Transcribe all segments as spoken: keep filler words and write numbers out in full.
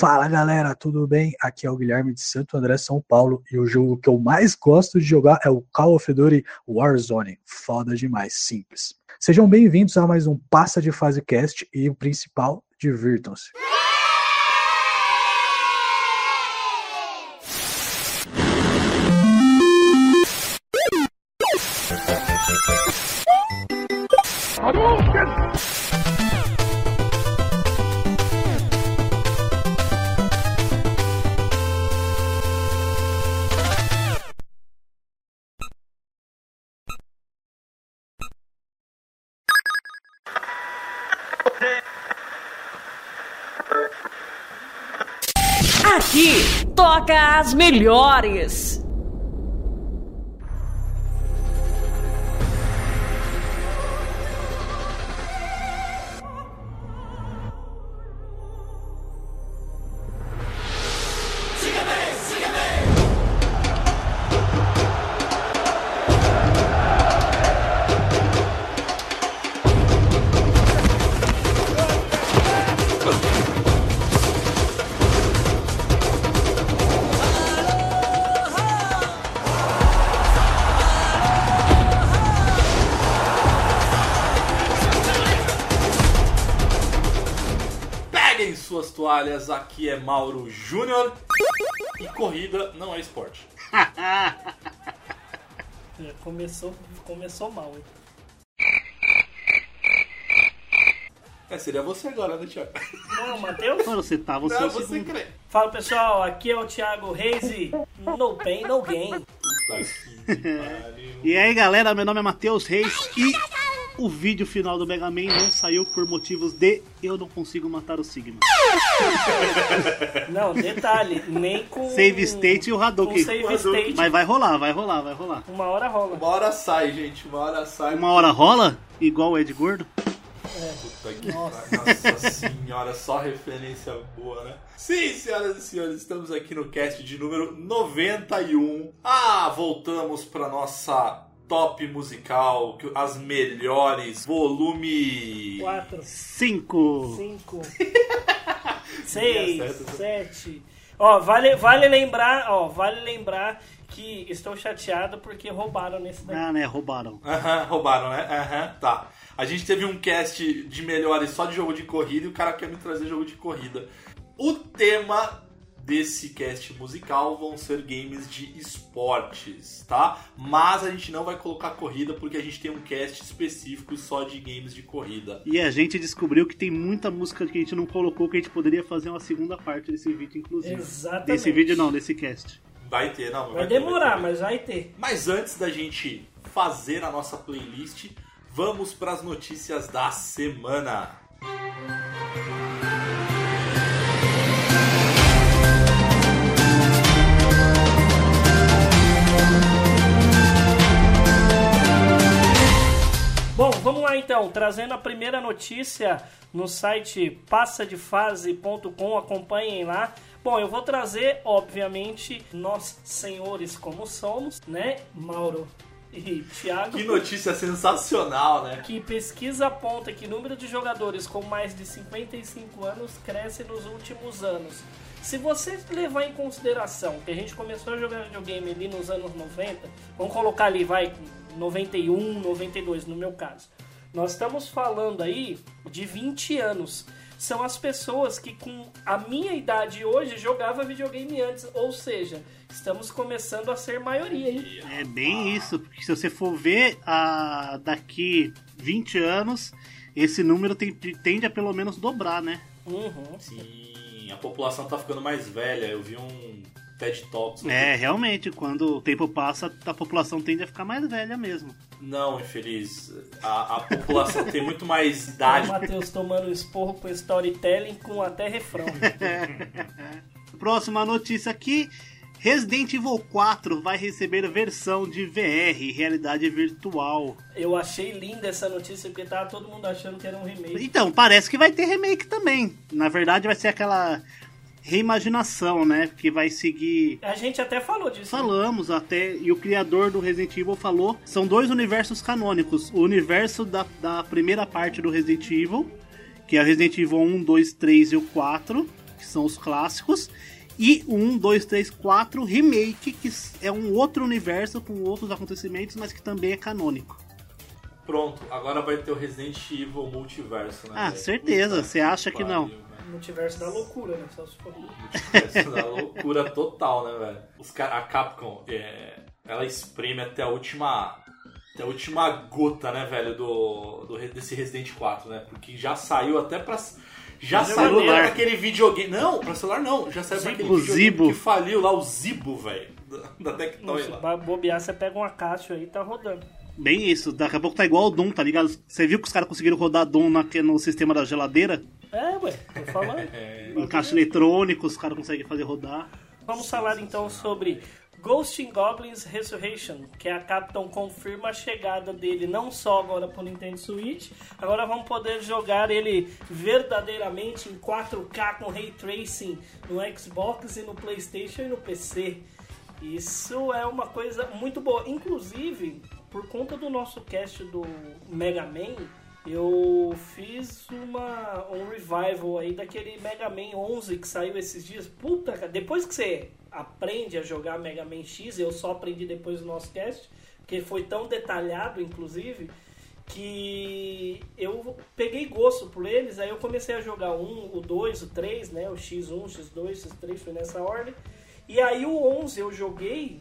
Fala galera, tudo bem? Aqui é o Guilherme de Santo André, São Paulo, e o jogo que eu mais gosto de jogar é o Call of Duty Warzone. Foda demais, simples. Sejam bem-vindos a mais um Passa de Fase Cast e o principal, divirtam-se. Aqui toca as melhores. Suas toalhas, aqui é Mauro Júnior e corrida não é esporte. começou, começou mal, hein? É, seria você agora, né, Thiago? Não, Matheus? Quando você tá, você Não, é o você segundo. crê. Fala pessoal, aqui é o Thiago Reis e no pain, no gain. Puta que pariu. E aí galera, meu nome é Matheus Reis e o vídeo final do Mega Man não saiu por motivos de eu não consigo matar o Sigma. Não, detalhe, nem com... Save State e o Hadouken. Com save state. Mas vai rolar, vai rolar, vai rolar. Uma hora rola. Uma hora sai, gente, uma hora sai. Uma hora rola? Igual o Ed Gordo? É. Puta que Nossa. Nossa senhora, só referência boa, né? Sim, senhoras e senhores, estamos aqui no cast de número noventa e um. Ah, voltamos pra nossa top musical, as melhores, volume... Quatro. Cinco. Cinco. Seis. Sete. Ó, vale, vale lembrar, ó, vale lembrar que estou chateado porque roubaram nesse daqui. Ah, né, roubaram. Aham, roubaram, né? Aham, tá. A gente teve um cast de melhores só de jogo de corrida e o cara quer me trazer jogo de corrida. O tema desse cast musical vão ser games de esportes, tá? Mas a gente não vai colocar corrida porque a gente tem um cast específico só de games de corrida. E a gente descobriu que tem muita música que a gente não colocou, que a gente poderia fazer uma segunda parte desse vídeo, inclusive. Exatamente. Desse vídeo não, desse cast. Vai ter, não. Vai, vai demorar, ter, vai ter. mas vai ter. Mas antes da gente fazer a nossa playlist, vamos para as notícias da semana. Bom, vamos lá então, trazendo a primeira notícia no site passa de fase ponto com, acompanhem lá. Bom, eu vou trazer, obviamente, nós senhores como somos, né, Mauro e Thiago. Que notícia sensacional, né? Que pesquisa aponta que o número de jogadores com mais de cinquenta e cinco anos cresce nos últimos anos. Se você levar em consideração que a gente começou a jogar videogame ali nos anos noventa, vamos colocar ali, vai, noventa e um, noventa e dois no meu caso. Nós estamos falando aí de vinte anos. São as pessoas que com a minha idade hoje jogava videogame antes, ou seja, estamos começando a ser maioria aí. É bem isso, porque se você for ver a, daqui vinte anos, esse número tem, tende a pelo menos dobrar, né? Uhum. Sim, a população tá ficando mais velha. Eu vi um TED Talks. É, realmente, quando o tempo passa, a população tende a ficar mais velha mesmo. Não, infeliz. A, a população tem muito mais idade. O Matheus tomando esporro com storytelling com até refrão. Próxima notícia aqui. Resident Evil quatro vai receber versão de V R, realidade virtual. Eu achei linda essa notícia porque tava todo mundo achando que era um remake. Então, parece que vai ter remake também. Na verdade, vai ser aquela reimaginação, né? Que vai seguir... A gente até falou disso. Falamos né? até, e o criador do Resident Evil falou, são dois universos canônicos. O universo da, da primeira parte do Resident Evil, que é o Resident Evil um, dois, três e o quatro, que são os clássicos, e o um, dois, três, quatro Remake, que é um outro universo com outros acontecimentos, mas que também é canônico. Pronto, agora vai ter o Resident Evil Multiverso, né? Ah, velho? certeza, você acha que não? Multiverso da loucura, né? Só se for. Multiverso da loucura total, né, velho? Os ca- a Capcom, é, ela espreme até a última... Até a última gota, né, velho, do, do, desse Resident quatro, né? Porque já saiu até pra... Já pra saiu celular. pra aquele videogame... Não, pra celular não. Já saiu pra aquele O videogame Zibo. que faliu lá, o Zibo, velho. Da, da Tectoy Se lá. bobear, você pega uma caixa aí e tá rodando. Bem isso, daqui a pouco tá igual o Doom, tá ligado? Você viu que os caras conseguiram rodar Doom na, no sistema da geladeira? É, ué, tô falando. Em caixa eletrônico, os caras conseguem fazer rodar. Vamos falar então sobre Ghosts 'n Goblins Resurrection, que a Capcom confirma a chegada dele não só agora pro Nintendo Switch, agora vamos poder jogar ele verdadeiramente em quatro K com Ray Tracing no Xbox e no PlayStation e no P C. Isso é uma coisa muito boa. Inclusive, por conta do nosso cast do Mega Man, eu fiz uma, um revival aí daquele Mega Man onze que saiu esses dias. Puta, cara, depois que você aprende a jogar Mega Man X, eu só aprendi depois do nosso cast, porque foi tão detalhado, inclusive, que eu peguei gosto por eles. Aí eu comecei a jogar um, o dois, o três, né, o X um, X dois, X três, foi nessa ordem. E aí o onze eu joguei.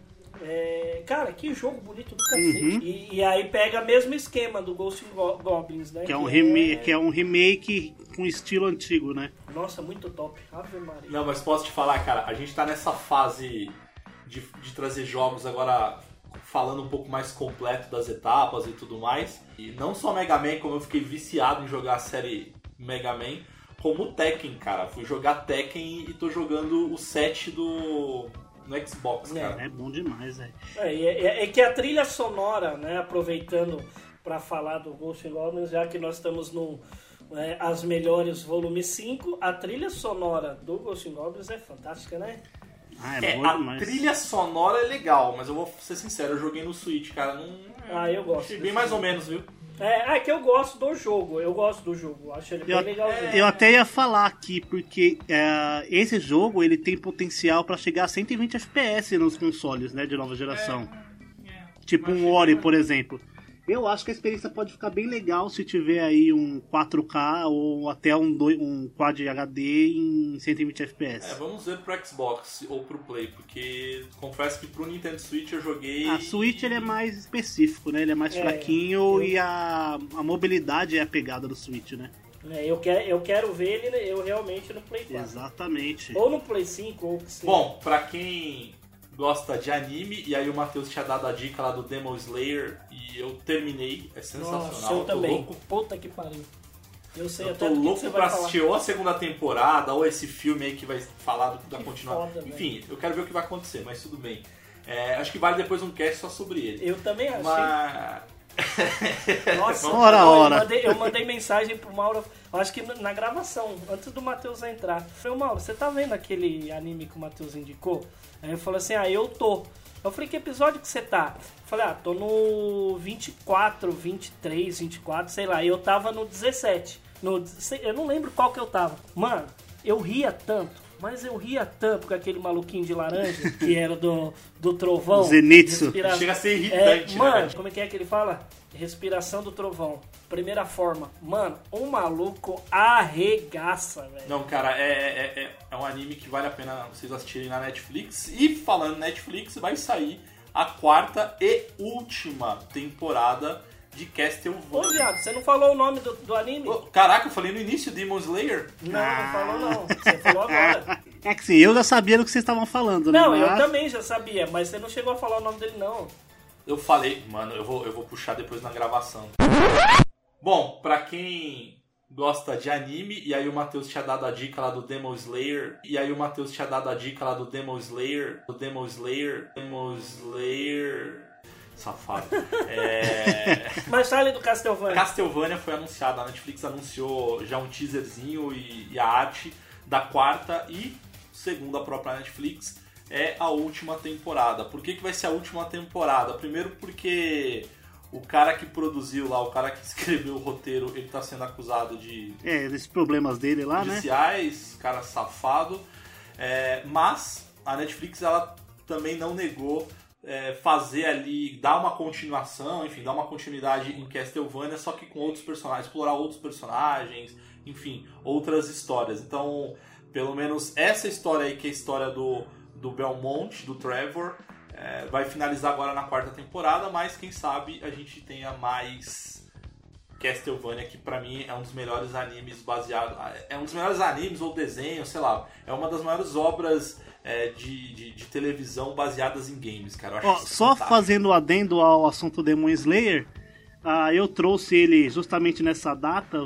É, cara, que jogo bonito do cacete. Uhum. E, e aí pega o mesmo esquema do Ghosts 'n Go- Goblins, né? Que é um, remake, que é um remake com estilo antigo, né? Nossa, muito top. Ave Maria. Não, mas posso te falar, cara, a gente tá nessa fase de, de trazer jogos agora falando um pouco mais completo das etapas e tudo mais. E não só Mega Man, como eu fiquei viciado em jogar a série Mega Man, como o Tekken, cara. Fui jogar Tekken e tô jogando o sete do... no Xbox, cara. É bom demais, velho. É, e é, é que a trilha sonora, né, aproveitando para falar do Ghosts 'n Goblins, já que nós estamos no é, As Melhores Volume cinco, a trilha sonora do Ghosts 'n Goblins é fantástica, né? Ah, é, É, bom a demais. trilha sonora é legal, mas eu vou ser sincero, eu joguei no Switch, cara. Não... Ah, eu gosto. Achei desse bem mais ou jogo. menos, viu? É, é que eu gosto do jogo, eu gosto do jogo, acho ele bem Eu, legalzinho. eu até ia falar aqui, porque é, esse jogo ele tem potencial pra chegar a cento e vinte F P S nos consoles, né, de nova geração. Tipo um Ori, por exemplo. Eu acho que a experiência pode ficar bem legal se tiver aí um quatro K ou até um, dois, um Quad H D em cento e vinte F P S. É, vamos ver pro Xbox ou pro Play, porque confesso que pro Nintendo Switch eu joguei... A Switch ele é mais específico, né? Ele é mais É, fraquinho eu- e a, a mobilidade é a pegada do Switch, né? É, eu, quero, eu quero ver ele eu realmente no Play quatro. Exatamente. Ou no Play cinco, ou o que seja. Bom, pra quem gosta de anime, e aí o Matheus tinha dado a dica lá do Demon Slayer, e eu terminei, é sensacional. Nossa, eu tô também. louco, Puta que pariu. Eu sei eu até tô do que louco você pra vai falar. assistir ou a segunda temporada, ou esse filme aí que vai falar do, da Que continuação. foda, Enfim, eu quero ver o que vai acontecer, mas tudo bem. É, acho que vale depois um cast só sobre ele. Eu também achei. Mas... Nossa, Ora, eu, ora. mandei, eu mandei mensagem pro Mauro, eu acho que na gravação, antes do Matheus entrar. Eu falei, Mauro, você tá vendo aquele anime que o Matheus indicou? Aí eu falei assim, ah, eu tô. Eu falei, que episódio que você tá? Eu falei, ah, tô no vinte e quatro, vinte e três, vinte e quatro, sei lá. E eu tava no dezessete. No, eu não lembro qual que eu tava. Mano, eu ria tanto. Mas eu ria tanto com aquele maluquinho de laranja, que era do, do trovão. Zenitsu. Respira- Chega a ser É, irritante, mano, né? como é que é que ele fala? Respiração do trovão. Primeira forma. Mano, um maluco arregaça, velho. Não, cara, é, é, é, é um anime que vale a pena vocês assistirem na Netflix. E falando Netflix, vai sair a quarta e última temporada de Ô, Castlevania. viado, você não falou o nome do, do anime? Ô, caraca, eu falei no início Demon Slayer. Não, não falou não. Você falou agora. É que sim, eu já sabia do que vocês estavam falando, né? Não, eu Mas- também já sabia, mas você não chegou a falar o nome dele, não. Eu falei, mano, eu vou, eu vou puxar depois na gravação. Bom, pra quem gosta de anime, e aí o Matheus tinha dado a dica lá do Demon Slayer, e aí o Matheus tinha dado a dica lá do Demon Slayer, do Demon Slayer, Demon Slayer... Safado. É... Mas fale do Castlevania. Castlevania foi anunciado, a Netflix anunciou já um teaserzinho e, e a arte da quarta e, segundo a própria Netflix, é a última temporada. Por que, que vai ser a última temporada? Primeiro porque o cara que produziu lá, o cara que escreveu o roteiro, ele tá sendo acusado de... É, desses problemas dele lá, judiciais, né? cara safado. É, mas a Netflix, ela também não negou é, fazer ali, dar uma continuação, enfim, dar uma continuidade em Castlevania, só que com outros personagens, explorar outros personagens, enfim, outras histórias. Então, pelo menos essa história aí, que é a história do, do Belmont, do Trevor, é, vai finalizar agora na quarta temporada, mas quem sabe a gente tenha mais Castlevania, que pra mim é um dos melhores animes baseado... É um dos melhores animes ou desenhos, sei lá. É uma das maiores obras é, de, de, de televisão baseadas em games, cara. Eu acho Ó, só fantástico. fazendo adendo ao assunto Demon Slayer, uh, eu trouxe ele justamente nessa data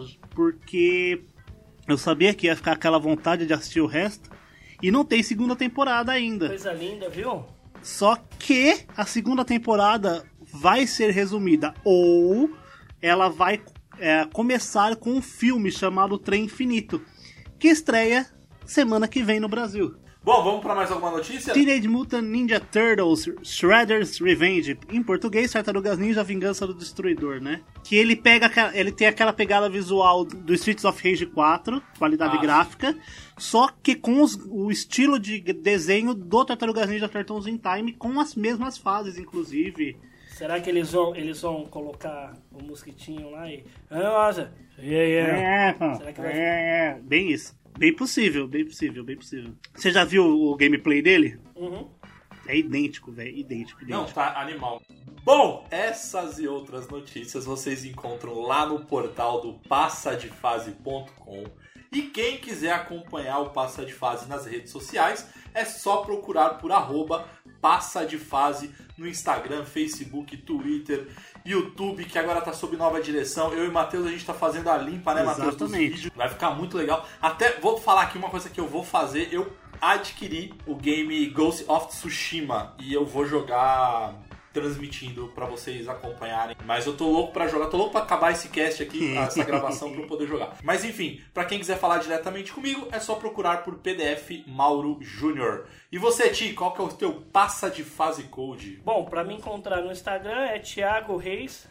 porque eu sabia que ia ficar aquela vontade de assistir o resto e não tem segunda temporada ainda. Coisa linda, viu? Só que a segunda temporada vai ser resumida ou ela vai é, começar com um filme chamado Trem Infinito, que estreia semana que vem no Brasil. Bom, vamos para mais alguma notícia? Teenage Mutant Ninja Turtles Shredder's Revenge. Em português, Tartarugas Ninja, Vingança do Destruidor, né? Que ele pega, ele tem aquela pegada visual do Streets of Rage quatro, qualidade ah, gráfica, só que com os, o estilo de desenho do Tartarugas Ninja Turtles in Time, com as mesmas fases, inclusive. Será que eles vão, eles vão colocar o mosquitinho lá e... Nossa, yeah, yeah. É, Será que vai... é, é, bem isso. Bem possível, bem possível, bem possível. Você já viu o gameplay dele? Uhum. É idêntico, velho, idêntico, idêntico. Não, tá animal. Bom, essas e outras notícias vocês encontram lá no portal do passa de fase ponto com. E quem quiser acompanhar o Passa de Fase nas redes sociais, é só procurar por arroba Passa de Fase no Instagram, Facebook, Twitter, YouTube, que agora tá sob nova direção. Eu e o Matheus, a gente tá fazendo a limpa, né, Matheus, dos vídeos. Vai ficar muito legal. Até vou falar aqui uma coisa que eu vou fazer. Eu adquiri o game Ghost of Tsushima e eu vou jogar... transmitindo pra vocês acompanharem. Mas eu tô louco pra jogar, tô louco pra acabar esse cast aqui, essa gravação, pra eu poder jogar. Mas enfim, pra quem quiser falar diretamente comigo, é só procurar por P D F Mauro Júnior. E você, Ti, qual que é o teu passa de fase code? Bom, pra me encontrar no Instagram é Thiago Reis,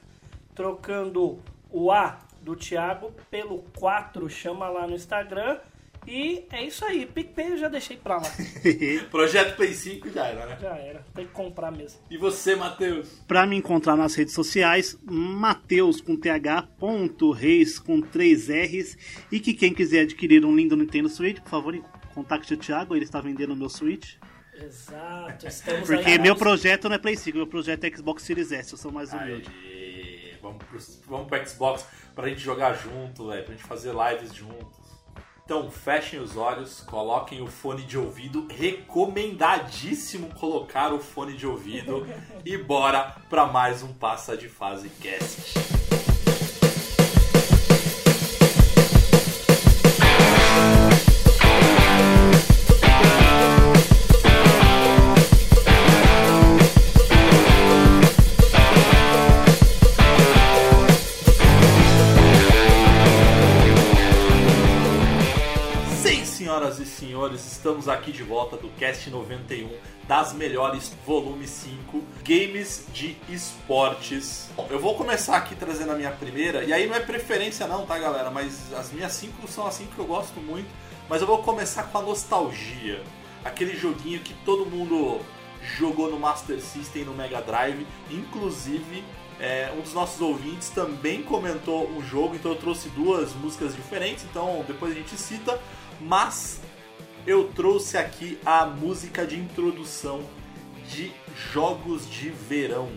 trocando o A do Thiago pelo quatro, chama lá no Instagram. E é isso aí, PicPay eu já deixei pra lá. Projeto Play cinco já era, né? Já era, tem que comprar mesmo. E você, Matheus? Pra me encontrar nas redes sociais, Matheus com th, ponto, reis com três R's. E que quem quiser adquirir um lindo Nintendo Switch, por favor, contacte o Thiago, ele está vendendo o meu Switch. Exato, estamos Porque aí, meu projeto não é Play cinco, meu projeto é Xbox Series S, eu sou mais humilde. Aê, vamos, pro, vamos pro Xbox pra gente jogar junto, véio, pra gente fazer lives juntos. Então fechem os olhos, coloquem o fone de ouvido, recomendadíssimo colocar o fone de ouvido e bora para mais um Passa de Fase Cast. Senhoras e senhores, estamos aqui de volta do Cast noventa e um das melhores, volume cinco, games de esportes. Bom, eu vou começar aqui trazendo a minha primeira, e aí não é preferência não, tá galera, mas as minhas cinco são assim que eu gosto muito, mas eu vou começar com a nostalgia, aquele joguinho que todo mundo jogou no Master System e no Mega Drive, inclusive... É, um dos nossos ouvintes também comentou o jogo, então eu trouxe duas músicas diferentes, então depois a gente cita, mas eu trouxe aqui a música de introdução de Jogos de Verão.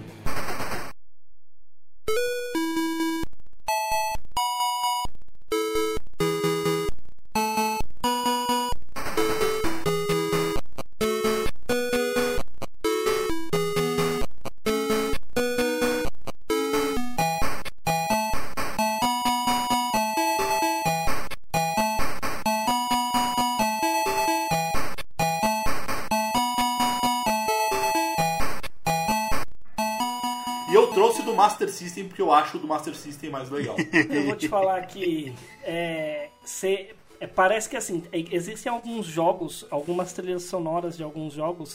Master System, porque eu acho o do Master System mais legal. Eu vou te falar que é, cê, é, parece que assim, existem alguns jogos, algumas trilhas sonoras de alguns jogos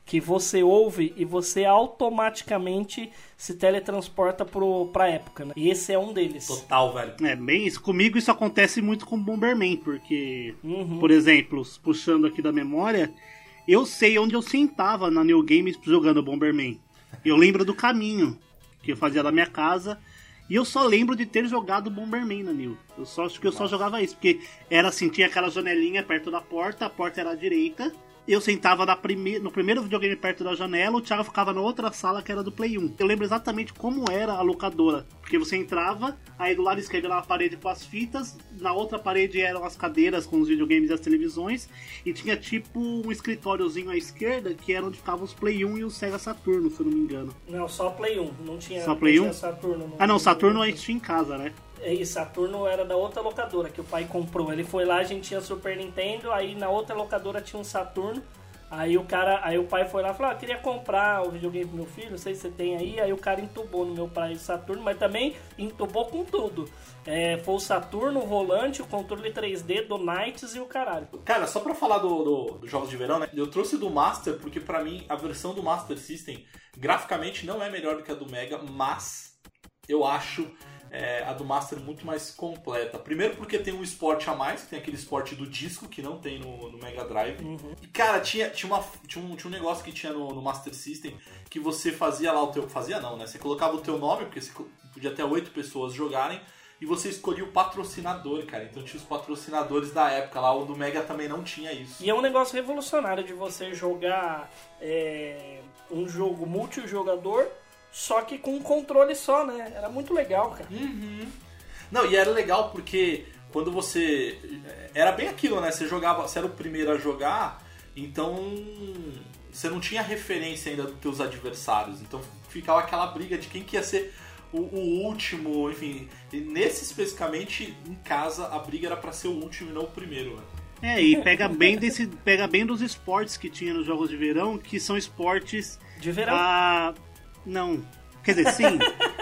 que você ouve e você automaticamente se teletransporta pro, pra época, né? E esse é um deles. Total, velho. É, bem isso. Comigo isso acontece muito com Bomberman, porque, Uhum. por exemplo, puxando aqui da memória, eu sei onde eu sentava na New Games jogando Bomberman. Eu lembro do caminho que eu fazia da minha casa. E eu só lembro de ter jogado Bomberman na New. Eu só acho que eu só jogava isso. Porque era assim, tinha aquela janelinha perto da porta, a porta era à direita. Eu sentava na prime... no primeiro videogame perto da janela, o Thiago ficava na outra sala que era do Play um. Eu lembro exatamente como era a locadora. Porque você entrava, aí do lado esquerdo era uma parede com as fitas, na outra parede eram as cadeiras com os videogames e as televisões, e tinha tipo um escritóriozinho à esquerda, que era onde ficavam os Play um e o Sega Saturno, se eu não me engano. Não, só Play um. Não tinha, Só Play não um? tinha Saturno. Não, Ah não, Saturno a gente tinha em casa, né? E Saturno era da outra locadora que o pai comprou. Ele foi lá, a gente tinha Super Nintendo, aí na outra locadora tinha um Saturno. Aí o cara, aí o pai foi lá e falou: ah, queria comprar o videogame pro meu filho, não sei se você tem aí. Aí o cara entubou no meu pai o Saturno, mas também entubou com tudo. É, foi o Saturno, o volante, o controle três D do Knights e o caralho. Cara, só pra falar do, do, dos jogos de verão, né? Eu trouxe do Master porque pra mim a versão do Master System graficamente não é melhor do que a do Mega, mas eu acho é, a do Master muito mais completa. Primeiro porque tem um esporte a mais, tem aquele esporte do disco que não tem no, no Mega Drive. Uhum. E cara, tinha, tinha, uma, tinha, um, tinha um negócio que tinha no, no Master System que você fazia lá o teu... Fazia não, né? Você colocava o teu nome, porque você podia até oito pessoas jogarem, e você escolhia o patrocinador, cara. Então tinha os patrocinadores da época lá, o do Mega também não tinha isso. E é um negócio revolucionário de você jogar é, um jogo multijogador, só que com um controle só, né? Era muito legal, cara. Uhum. Não, e era legal porque quando você... Era bem aquilo, né? Você jogava, você era o primeiro a jogar, então você não tinha referência ainda dos teus adversários. Então ficava aquela briga de quem que ia ser o, o último, enfim. E nesse especificamente, em casa, a briga era pra ser o último e não o primeiro, né? É, e pega bem, desse, pega bem dos esportes que tinha nos jogos de verão, que são esportes... De verão? Ah, não. Quer dizer, sim.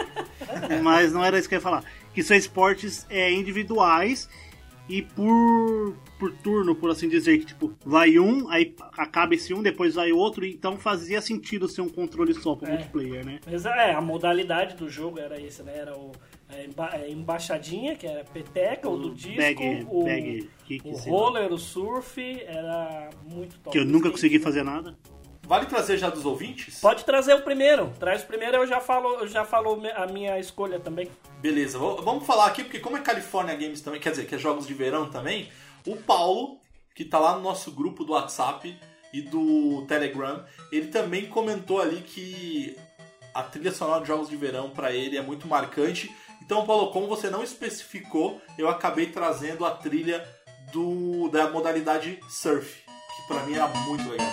Mas não era isso que eu ia falar. Que são esportes é, individuais e por, por turno, por assim dizer. Que tipo, vai um, aí acaba esse um, depois vai outro. Então fazia sentido ser um controle só pro É. multiplayer, né? Mas é, a modalidade do jogo era esse, né? Era o é, emba- é, embaixadinha, que era peteca, o do disco, Bag- o, bag kick, o sei lá. roller, o surf, era muito top. Que eu nunca consegui fazer nada. Vale trazer já dos ouvintes? Pode trazer o primeiro. Traz o primeiro, eu já falo, eu já falo a minha escolha também. Beleza, v- vamos falar aqui, porque como é California Games também, quer dizer, que é jogos de verão também, o Paulo, que tá lá no nosso grupo do WhatsApp e do Telegram, ele também comentou ali que a trilha sonora de jogos de verão pra ele é muito marcante. Então, Paulo, como você não especificou, eu acabei trazendo a trilha do, da modalidade Surf, que pra mim era muito legal.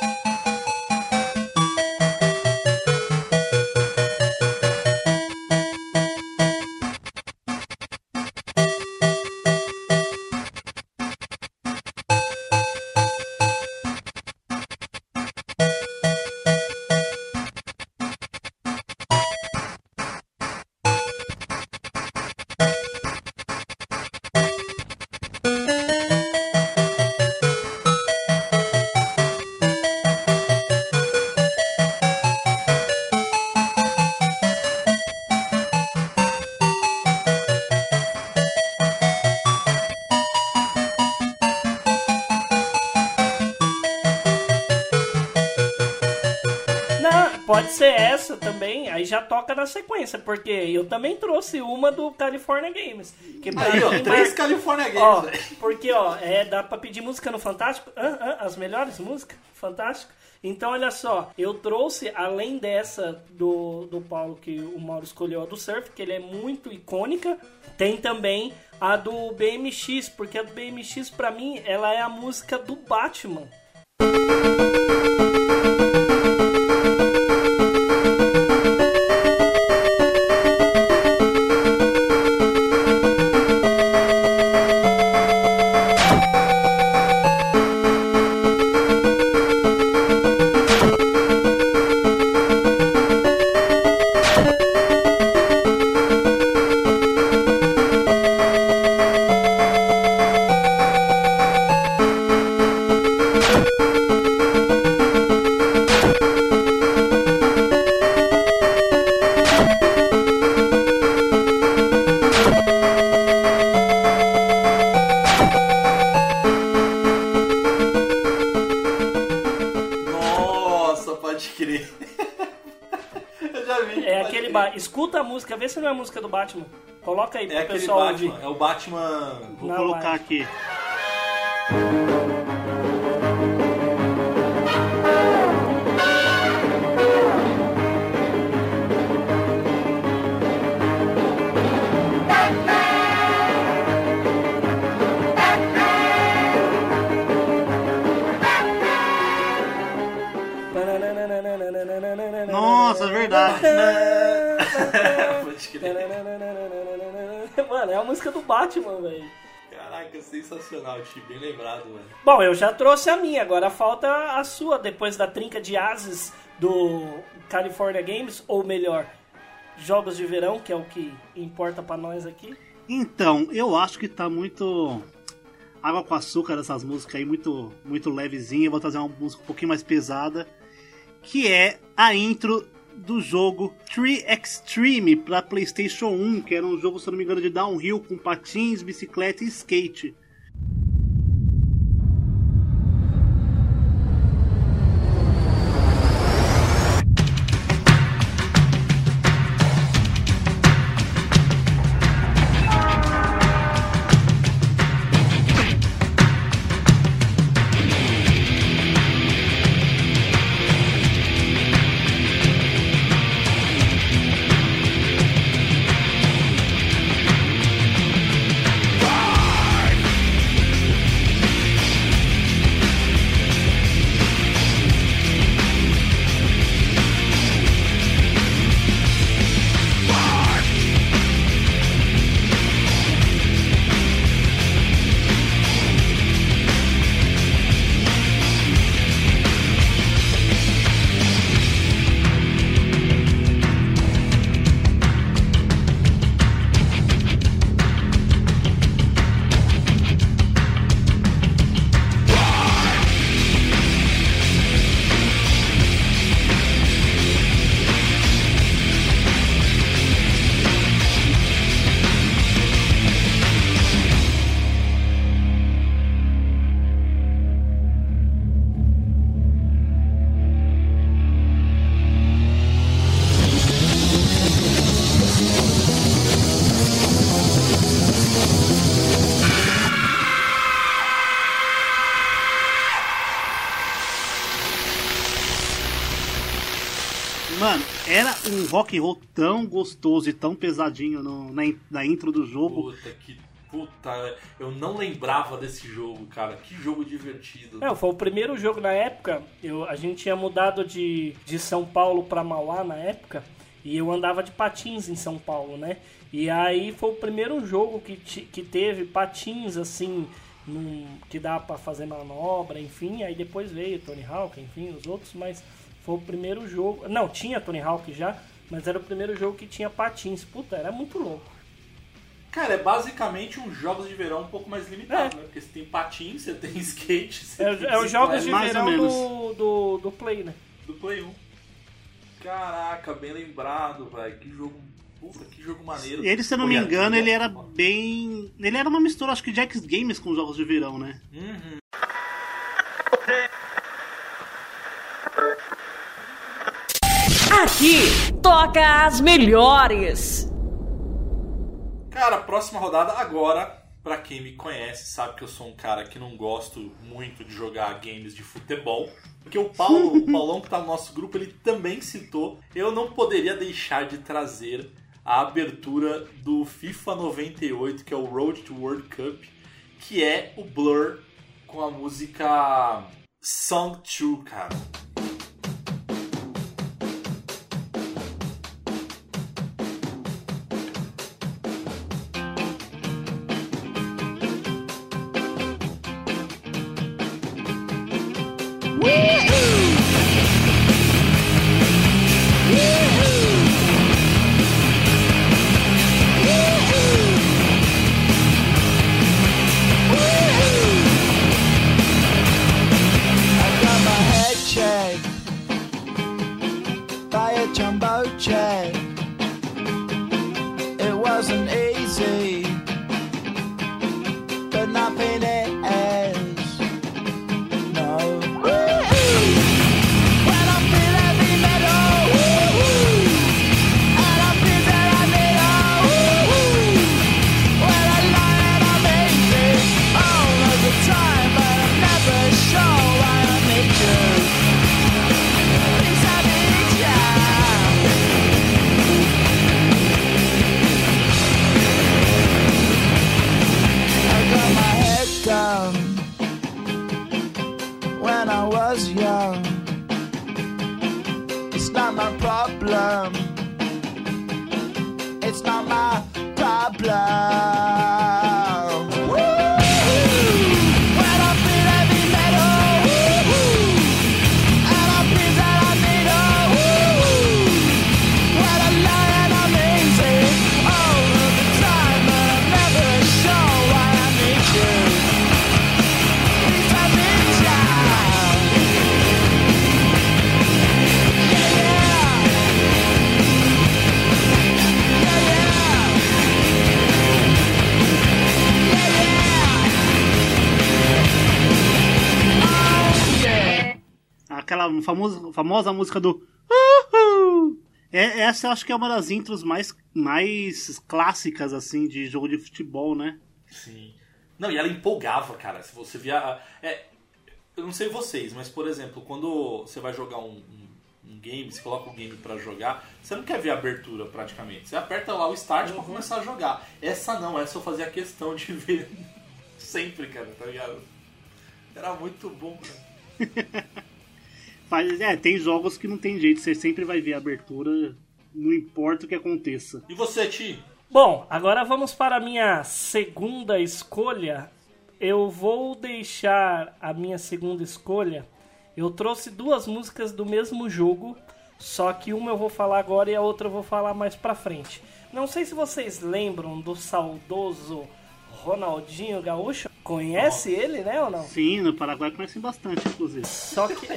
Não, pode ser essa também, aí já toca na sequência, porque eu também trouxe uma do California Games. Que pra Aí, ó, mim três mar- California Games, Ó, velho. porque, ó, é, dá pra pedir música no Fantástico? Ah, ah, as melhores músicas? Fantástico. Então, olha só, eu trouxe, além dessa do, do Paulo, que o Mauro escolheu, a do Surf, que ele é muito icônica, tem também a do B M X, porque a do B M X, pra mim, ela é a música do Batman. crer. Eu já vi. É aquele... Ba... Escuta a música, vê se não é a música do Batman. Coloca aí pro é pessoal Batman, ouvir. É o Batman... Vou Não, colocar vai. aqui. Nossa, é verdade. Pode crer. Mano, é a música do Batman, velho. Caraca, sensacional, Ti, bem lembrado, velho. Bom, eu já trouxe a minha, agora falta a sua, depois da trinca de ases do California Games, ou melhor, jogos de verão, que é o que importa pra nós aqui. Então, eu acho que tá muito água com açúcar essas músicas aí, muito, muito levezinha. Eu vou trazer uma música um pouquinho mais pesada, que é a intro do jogo Tree Extreme para PlayStation um, que era um jogo, se não me engano, de downhill com patins, bicicleta e skate. Mano, era um rock and roll tão gostoso e tão pesadinho no, na, na intro do jogo. Puta que puta, eu não lembrava desse jogo, cara. Que jogo divertido. É, foi o primeiro jogo na época. Eu, a gente tinha mudado de, de São Paulo pra Mauá na época. E eu andava de patins em São Paulo, né? E aí foi o primeiro jogo que, que teve patins assim, num, que dá pra fazer manobra, enfim. Aí depois veio Tony Hawk, enfim, os outros, mas foi o primeiro jogo. Não, tinha Tony Hawk já, mas era o primeiro jogo que tinha patins. Puta, era muito louco. Cara, é basicamente um jogos de verão um pouco mais limitado, É. né? Porque você tem patins, você tem skate, você É, tem é os jogos de mais ou verão menos. do, do, do Play, né? do Play um. Caraca, bem lembrado, velho. Que jogo. Puta, que jogo maneiro. Ele, se eu não Pô, me e a engano, trilha? ele era bem... Ele era uma mistura, acho que de X Games com jogos de verão, né? Uhum. Aqui toca as melhores. Cara, próxima rodada agora. Pra quem me conhece, sabe que eu sou um cara que não gosto muito de jogar games de futebol. Porque o Paulo, o Paulão que tá no nosso grupo, ele também citou. Eu não poderia deixar de trazer a abertura do FIFA noventa e oito, que é o Road to World Cup, que é o Blur com a música Song dois, cara. Jumbo jet. It wasn't easy, but nothing is. No. When I feel every when I was young. It's not my problem. It's not my problem. Aquela famosa, famosa música do Uhul! É, essa eu acho que é uma das intros mais, mais clássicas, assim, de jogo de futebol, né? Sim. Não, e ela empolgava, cara. Se você via... É, eu não sei vocês, mas, por exemplo, quando você vai jogar um, um, um game, você coloca o game pra jogar, você não quer ver a abertura, praticamente. Você aperta lá o start uhum. pra começar a jogar. Essa não, essa eu fazia questão de ver sempre, cara, tá ligado? Era muito bom, cara. É, tem jogos que não tem jeito, você sempre vai ver a abertura, não importa o que aconteça. E você, Ti? Bom, agora vamos para a minha segunda escolha. Eu vou deixar a minha segunda escolha. Eu trouxe duas músicas do mesmo jogo, só que uma eu vou falar agora e a outra eu vou falar mais pra frente. Não sei se vocês lembram do saudoso Ronaldinho Gaúcho. Conhece oh. ele, né, ou não? Sim, no Paraguai conhecem bastante, inclusive. Só que...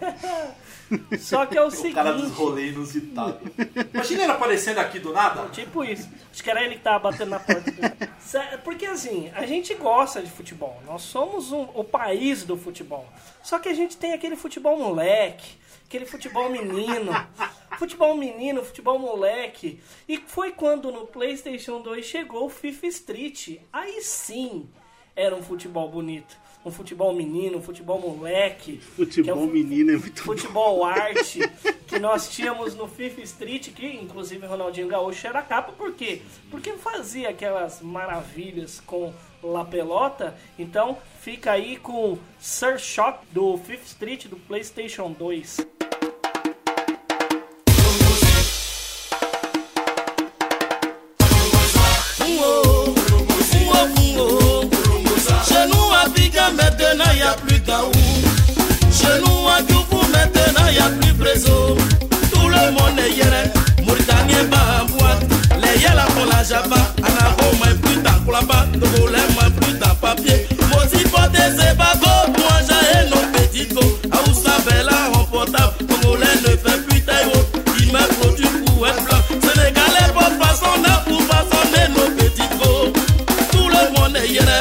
Só que é o, o seguinte... O cara dos rolês inusitados. Imagina ele aparecendo aqui do nada. Tipo isso. Acho que era ele que tava batendo na porta. Porque assim, a gente gosta de futebol. Nós somos um, o país do futebol. Só que a gente tem aquele futebol moleque, aquele futebol menino. Futebol menino, futebol moleque. E foi quando no PlayStation dois chegou o FIFA Street. Aí sim... era um futebol bonito. Um futebol menino, um futebol moleque. Futebol é um menino é muito futebol bom. arte que nós tínhamos no FIFA Street, que inclusive Ronaldinho Gaúcho era a capa. Por quê? Porque fazia aquelas maravilhas com La Pelota. Então fica aí com Sir Shock do FIFA Street do PlayStation dois. Maintenant y a plus Gaou. Chez nous à Djoufou maintenant y a plus Brésil. Tout le monde est hier, Mauritanien va en boîte. Les yéla pour la java, Anaro moins plus d'un colaba, Togolais moins plus d'un papier. Moi si pote c'est pas go, moi j'ai nos petits go. Aoussa Bella en portable, Togolais ne fait plus taille haute. Il m'a produit pour être blanc. Sénégalais porte façon n'a pour façonner nos petits go. Tout le monde est hier.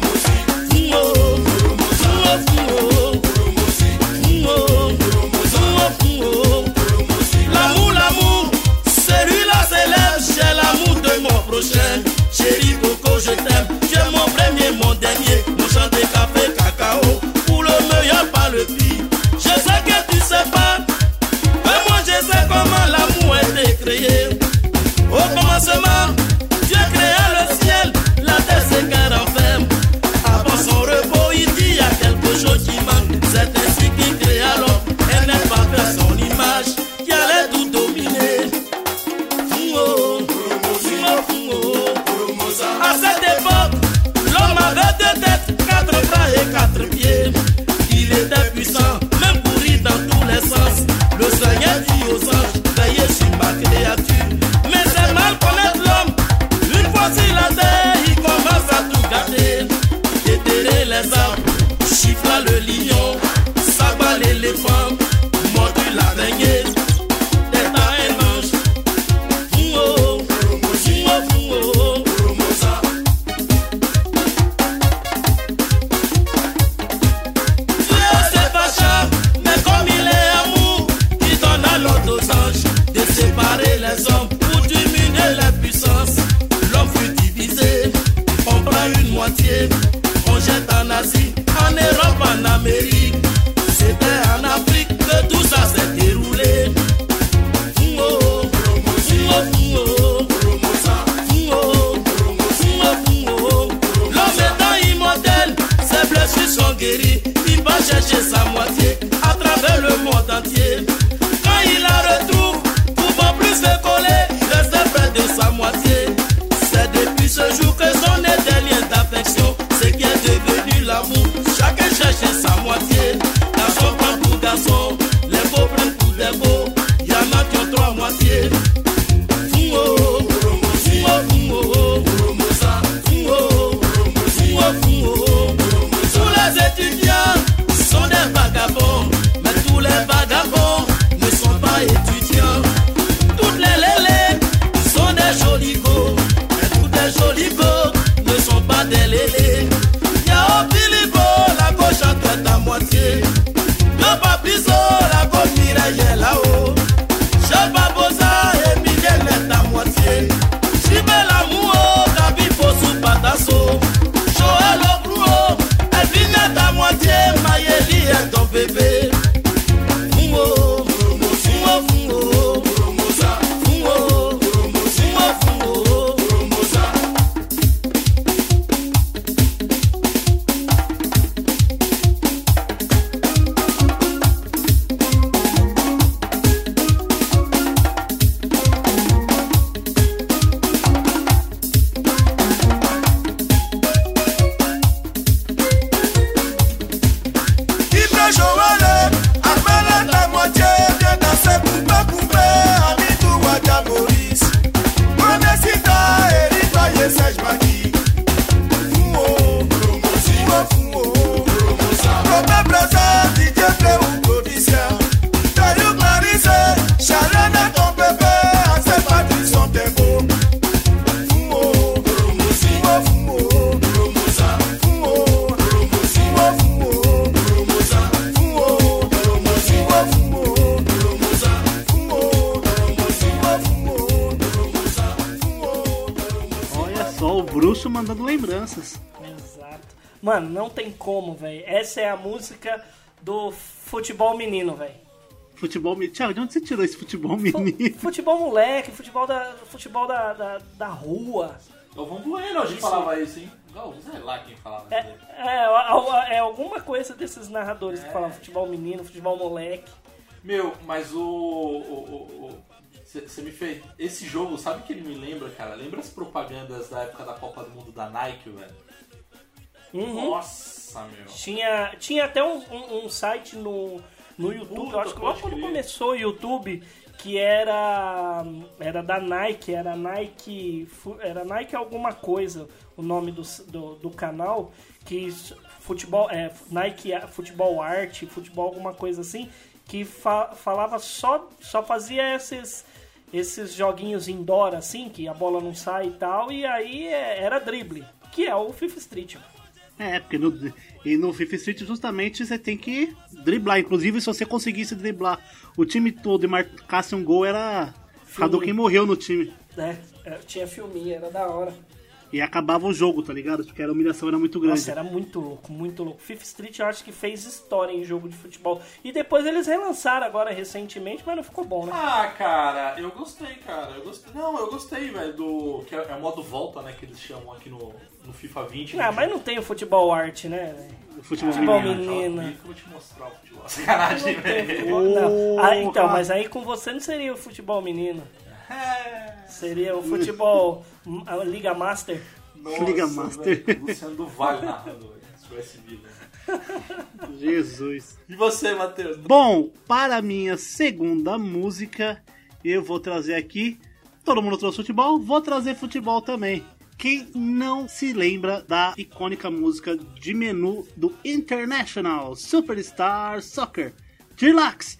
L'amour, l'amour, celui-là s'élève, j'ai l'amour de mon prochain. Chérie Coco, je t'aime, tu es mon premier, mon dernier. Mon chant de café, cacao, pour le meilleur, pas le pire. Je sais que tu sais pas, mais moi je sais comment l'amour a été créé. Au commencement, Dieu créa le ciel, la terre s'égare en ferme. Avant son repos, il dit y a quelque chose qui manque. C'est ainsi qu'il créa l'homme. Elle n'est pas fait son image qui allait tout dominer. Fouo, fouo, fouo. À cette époque, l'homme avait deux têtes, quatre bras et quatre pieds. Il était puissant, même pourri dans tous les sens. Le Seigneur dit aux anges, veillez sur ma créature. Mais c'est mal connaître l'homme. Une fois sur la terre, il commence à tout gâter. Déterrer les arbres, chiffra le lion, s'abat l'éléphant, mordu l'araignée, tête à un ange. Fouo, fouo, fouo. Dieu s'est fâché gaúcho mandando lembranças. Exato. Mano, não tem como, velho. Essa é a música do futebol menino, velho. Futebol menino. Thiago, de onde você tirou esse futebol menino? Futebol moleque, futebol da, futebol da, da, da rua. Galvão Bueno, a gente Isso. falava isso, hein? Galvão, sei lá quem falava É, isso. é, é alguma coisa desses narradores que falam futebol menino, futebol moleque. Meu, mas o... Você me fez... Esse jogo, sabe o que ele me lembra, cara? Lembra as propagandas da época da Copa do Mundo da Nike, velho? Uhum. Nossa, meu. Tinha, tinha até um, um, um site no, no YouTube, Puta, eu acho que logo pode quando crer. começou o YouTube, que era, era da Nike, era Nike, fu- era Nike alguma coisa, o nome do, do, do canal, que futebol, é, Nike Futebol Arte, futebol alguma coisa assim, que fa- falava só, só fazia esses, esses joguinhos indoor assim, que a bola não sai e tal, e aí é, era drible, que é o FIFA Street. É, porque no, e no FIFA Street justamente você tem que driblar. Inclusive, se você conseguisse driblar o time todo e marcasse um gol, era Hadouken morreu no time. É, é, tinha filminho, era da hora. E acabava o jogo, tá ligado? Porque a humilhação era muito grande. Nossa, era muito louco, muito louco. FIFA Street eu acho que fez história em jogo de futebol. E depois eles relançaram agora recentemente, mas não ficou bom, né? Ah, cara, eu gostei, cara. Eu gostei. Não, eu gostei, velho, do... Que é, é o modo volta, né, que eles chamam aqui no, no FIFA vinte. Ah, mas não tem o futebol arte, né? O futebol Futebol menino. menino. Menina. Eu vou te mostrar o futebol. Sacanagem, Não tem velho. futebol, não. Ah, então, Porra. mas aí com você não seria o futebol menino. É. Seria o futebol a Liga Master. Nossa, Liga Master. velho, Luciano do Vale narrando, velho. Se tivesse vida. Jesus. E você, Matheus? Bom, para a minha segunda música, eu vou trazer aqui. Todo mundo trouxe futebol, vou trazer futebol também. Quem não se lembra da icônica música de menu do International Superstar Soccer? Relax!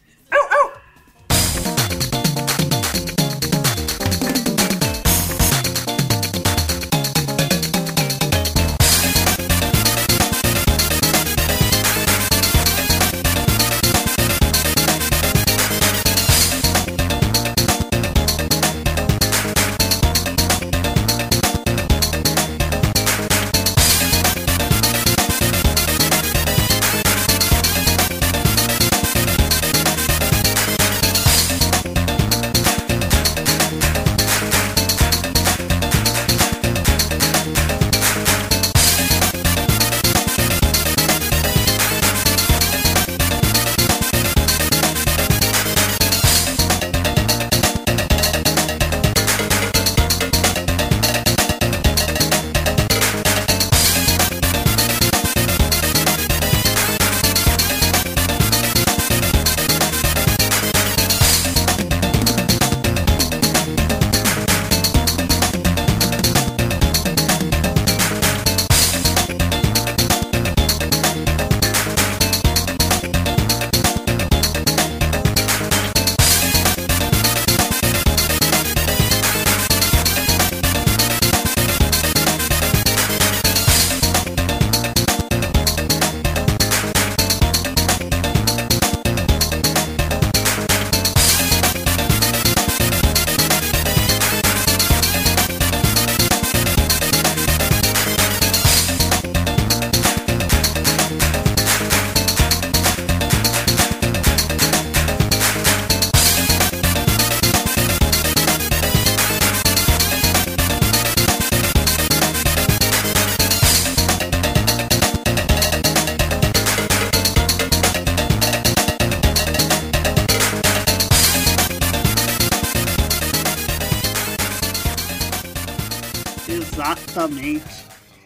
Exatamente.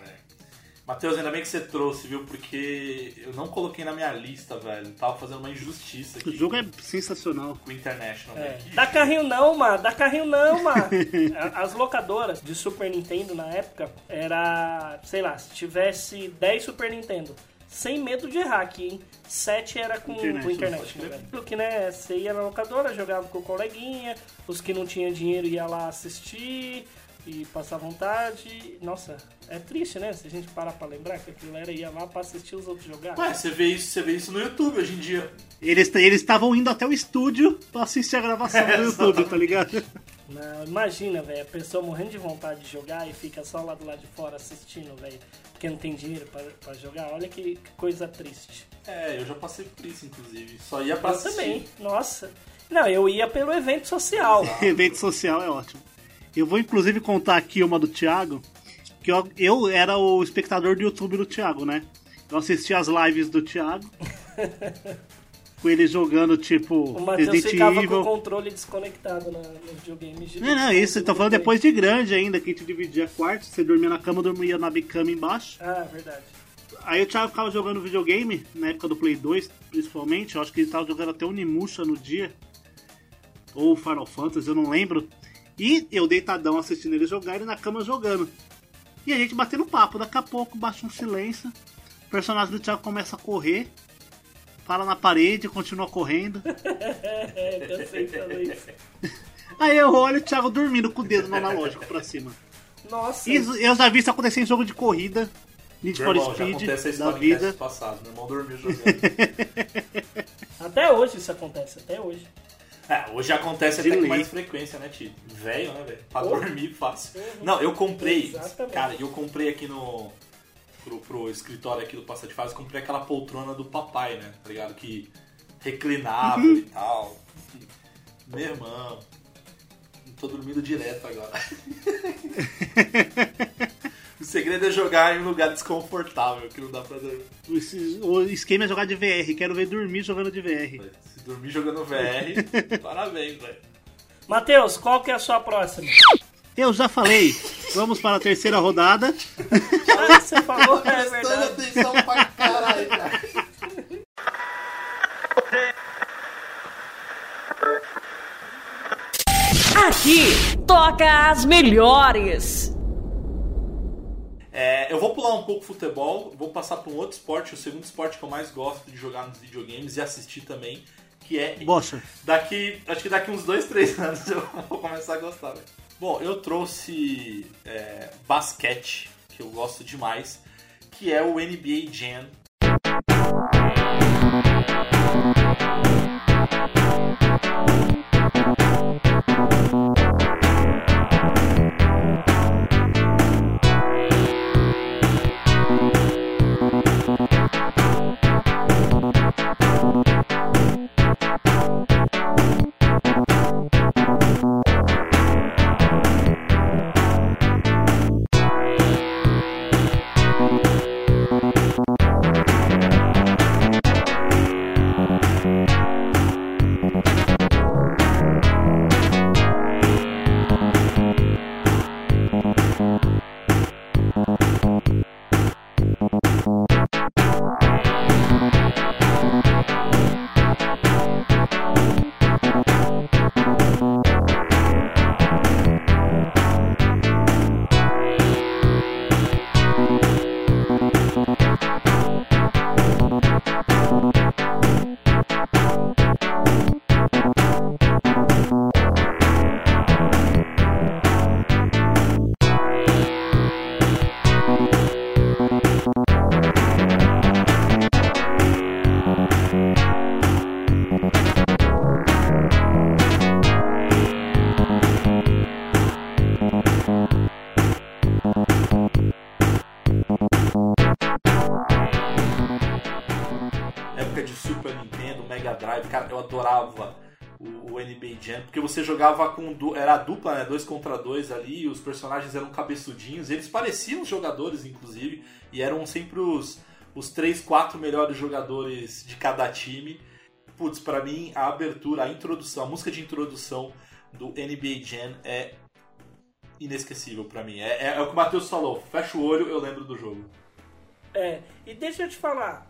Matheus, ainda bem que você trouxe, viu? Porque eu não coloquei na minha lista, velho. Tava fazendo uma injustiça aqui. O jogo é sensacional. Com o International, É. velho. Que Dá carrinho não, mano. Dá carrinho não, mano. As locadoras de Super Nintendo na época era, sei lá, se tivesse dez Super Nintendo, sem medo de errar aqui, hein? sete era com Internet, com internet. pode crer. Né? Porque, né, você ia na locadora, jogava com o coleguinha, os que não tinham dinheiro ia lá assistir e passar vontade. Nossa, é triste, né? Se a gente parar pra lembrar que aquilo era ia lá pra assistir os outros jogar. Ué, você vê isso, você vê isso no YouTube hoje em dia. Eles eles estavam indo até o estúdio pra assistir a gravação do YouTube, tá ligado? Não, imagina, velho, a pessoa morrendo de vontade de jogar e fica só lá do lado de fora assistindo, velho, porque não tem dinheiro pra, pra jogar. Olha que, que coisa triste. É, eu já passei por isso, inclusive. Só ia pra Eu assistir. também, nossa. Não, eu ia pelo evento social. Evento social é ótimo. Eu vou inclusive contar aqui uma do Thiago, que eu, eu era o espectador do YouTube do Thiago, né? Eu assistia as lives do Thiago, com ele jogando, tipo, O Matheus Resident ficava Evil. com o controle desconectado na, no videogame. Não, não, isso, eu tô falando depois de grande ainda, que a gente dividia quarto, você dormia na cama, eu dormia na bicama embaixo. Ah, verdade. Aí o Thiago ficava jogando videogame, na época do Play dois, principalmente, eu acho que ele tava jogando até Onimusha no dia, ou Final Fantasy, eu não lembro. E eu deitadão assistindo ele jogar, ele na cama jogando. E a gente batendo papo, daqui a pouco baixa um silêncio, o personagem do Thiago começa a correr, para na parede, continua correndo. É, cansei de fazer isso. Aí eu olho o Thiago dormindo com o dedo no analógico pra cima. Nossa. Isso, eu já vi isso acontecer em jogo de corrida, Need Meu for irmão, já Speed, acontece a da história em vida. testes passados. Meu irmão dormiu jogando. Até hoje isso acontece, até hoje. É, hoje acontece De até com lei. mais frequência, né, Tito? Velho, né, velho? Pra Oh. dormir fácil. Uhum. Não, eu comprei, Exatamente. cara, eu comprei aqui no... Pro, pro escritório aqui do Passa de Fase, comprei aquela poltrona do papai, né? Tá ligado? Que reclinava Uhum. e tal. Meu irmão, tô dormindo direto agora. O segredo é jogar em um lugar desconfortável, que não dá pra dormir. O esquema é jogar de V R, quero ver dormir jogando de V R. Se dormir jogando V R, parabéns, velho. Matheus, qual que é a sua próxima? Eu já falei, vamos para a terceira rodada. Ah, você falou, é Prestando verdade. atenção pra caralho, cara. Aqui toca as melhores. É, eu vou pular um pouco o futebol, vou passar para um outro esporte, o segundo esporte que eu mais gosto de jogar nos videogames e assistir também, que é Bocha. daqui, acho que daqui uns dois, três anos eu vou começar a gostar. Véio. Bom, eu trouxe é, basquete, que eu gosto demais, que é o N B A Jam. Época de Super Nintendo, Mega Drive, cara, eu adorava o, o N B A Jam, porque você jogava com, du- era a dupla, né, dois contra dois ali, e os personagens eram cabeçudinhos, eles pareciam os jogadores, inclusive, e eram sempre os, os três, quatro melhores jogadores de cada time. Putz, pra mim, a abertura, a introdução, a música de introdução do N B A Jam é inesquecível pra mim. É, é, é o que o Matheus falou, fecha o olho, eu lembro do jogo. É, e deixa eu te falar,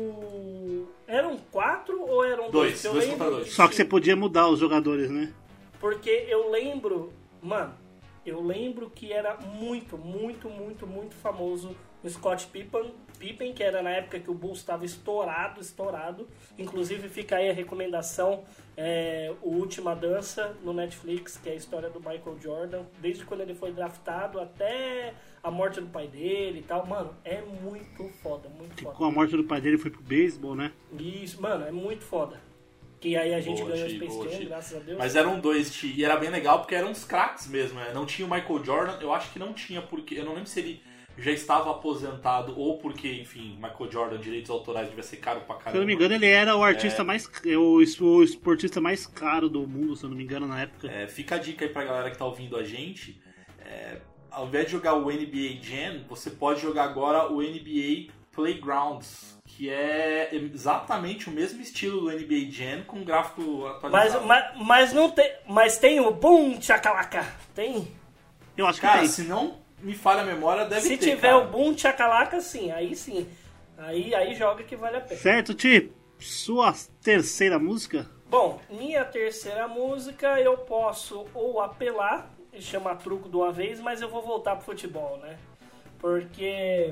o... eram quatro ou eram dois? Dois, Eu dois lembro contra dois. disso, Só que você podia mudar os jogadores, né? Porque eu lembro, mano, eu lembro que era muito, muito, muito, muito famoso o Scott Pippen, Pippen, que era na época que o Bulls estava estourado, estourado. Inclusive fica aí a recomendação, é, o Última Dança no Netflix, que é a história do Michael Jordan, desde quando ele foi draftado até a morte do pai dele e tal. Mano, é muito foda, muito Que foda. com a morte do pai dele foi pro beisebol, né? Isso, mano, é muito foda. Que aí a gente Boa, ganhou o Ti, Space boa, Jam, Ti. graças a Deus. Mas eram dois, Ti, e era bem legal porque eram uns craques mesmo, né? Não tinha o Michael Jordan, eu acho que não tinha porque, eu não lembro se ele já estava aposentado ou porque, enfim, Michael Jordan, direitos autorais devia ser caro pra caramba. Se eu não me engano, ele era o artista É. mais. O, o esportista mais caro do mundo, se eu não me engano, na época. É, fica a dica aí pra galera que tá ouvindo a gente. É, ao invés de jogar o N B A Jam, você pode jogar agora o N B A Playgrounds, que é exatamente o mesmo estilo do N B A Jam com gráfico Mas, atualizado. mas, mas não tem. Mas tem o Boom Chacalaca. Tem? Eu acho que Cara, tem. se não me falha a memória, deve Se ter, tiver cara. o Boom Chacalaca, sim. Aí sim. Aí, aí joga que vale a pena. Certo, Ti? Sua terceira música? Bom, minha terceira música eu posso ou apelar e chamar truco de uma vez, mas eu vou voltar pro futebol, né? Porque.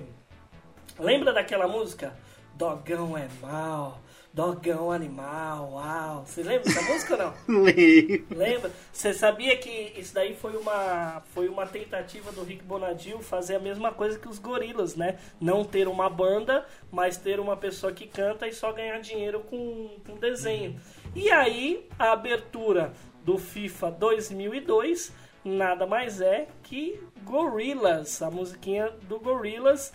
Lembra daquela música? Dogão é mal, dogão animal, uau. Você lembra dessa música ou não? Leio. Lembra? Você sabia que isso daí foi uma, foi uma tentativa do Rick Bonadil fazer a mesma coisa que os Gorilas, né? Não ter uma banda, mas ter uma pessoa que canta e só ganhar dinheiro com, com desenho. E aí, a abertura do FIFA dois mil e dois nada mais é que Gorillaz, a musiquinha do Gorillaz.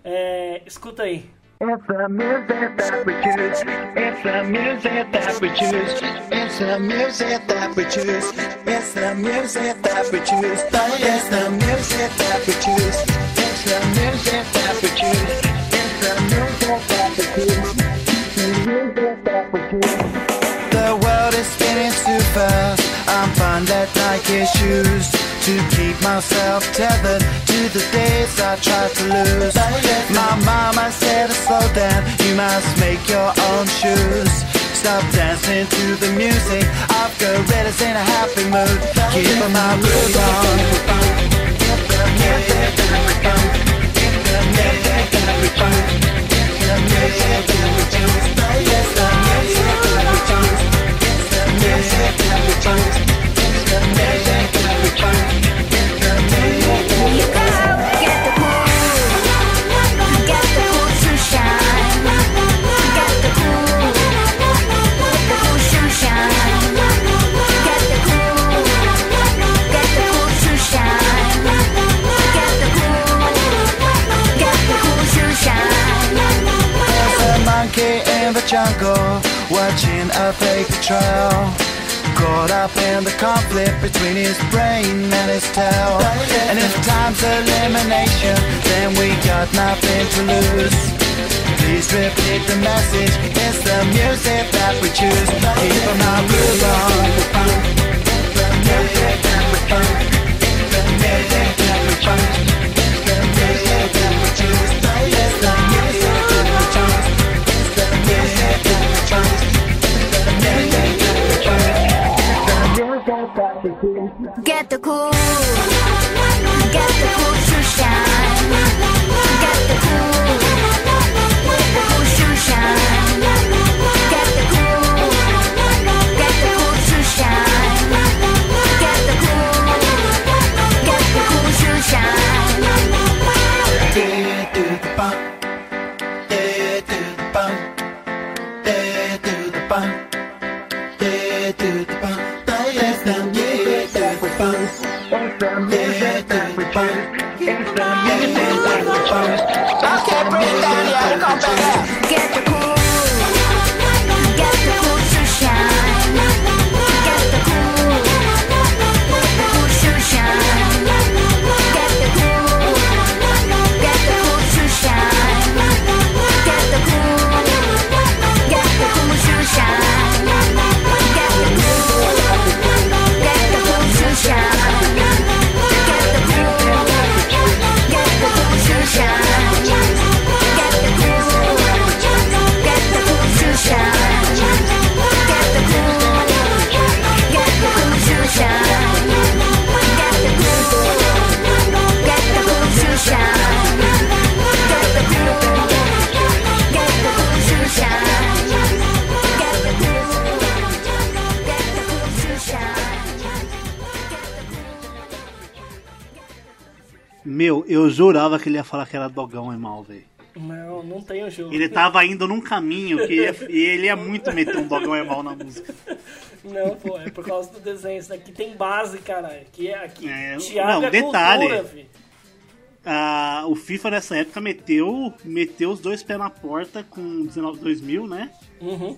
É, escuta aí. It's the music that we choose. It's the music that we choose. It's the music that we choose. It's the music that we choose. It's the music that we choose. It's the music that we choose. It's the music that we choose. The music that we choose. The world is spinning too fast. I'm bonded like his shoes. To keep myself tethered to the days I tried to lose. My mama said to slow down, you must make your own shoes. Stop dancing to the music, I've got gorillas in a happy mood. Keep my groove on. It's the music that we choose. It's the music that we choose. It's the music that we choose. It's the music that we choose. It's the music that we choose. It's the music that we choose. You go, get the cool, get the cool to shine, get the cool, get the cool to shine, get the cool, get the cool to shine, get the cool, get the cool to shine. There's a monkey in the jungle, watching a fake trail. Caught up in the conflict between his brain and his tail. And if time's elimination, then we got nothing to lose. Please repeat the message, it's the music that we choose. Keep on our groove on. It's the music that we choose. It's the music that we choose. It's the music that we choose. It's the music that we choose. It's the music that we choose. It's the music that we choose. Get the cool, get the cool to shine, get the cool, get the cool to shine, get the cool, get the cool to shine, get the cool, get the cool to shine. Day to the bump, day to the bump, day to the bump, day to the bump. It's the music that we choose. It's the music that we choose. It's the music that we choose. Okay, bring it down here. Come back. Get the cool, get the cool to shine, get the cool, get the cool to shine, get the cool, get the cool to shine, get the cool, get the cool to shine, get the cool, get the cool to shine, get the cool, get the cool to shine, get the cool, get the cool to shine, get the cool, get the cool to shine, get the cool, get the cool to shine, get the cool, get the cool to shine, get the cool, get the cool to shine. Meu, eu jurava que ele ia falar que era dogão é mal, velho. Não, não tem o jogo. Ele tava indo num caminho que ia, e ele ia muito meter um dogão é mal na música. Não, pô, é por causa do desenho. Isso daqui tem base, caralho. Aqui é aqui. É, Thiago não, é detalhe. cultura, filho. Ah, o FIFA nessa época meteu, meteu os dois pés na porta com dezenove dois mil, né? Uhum.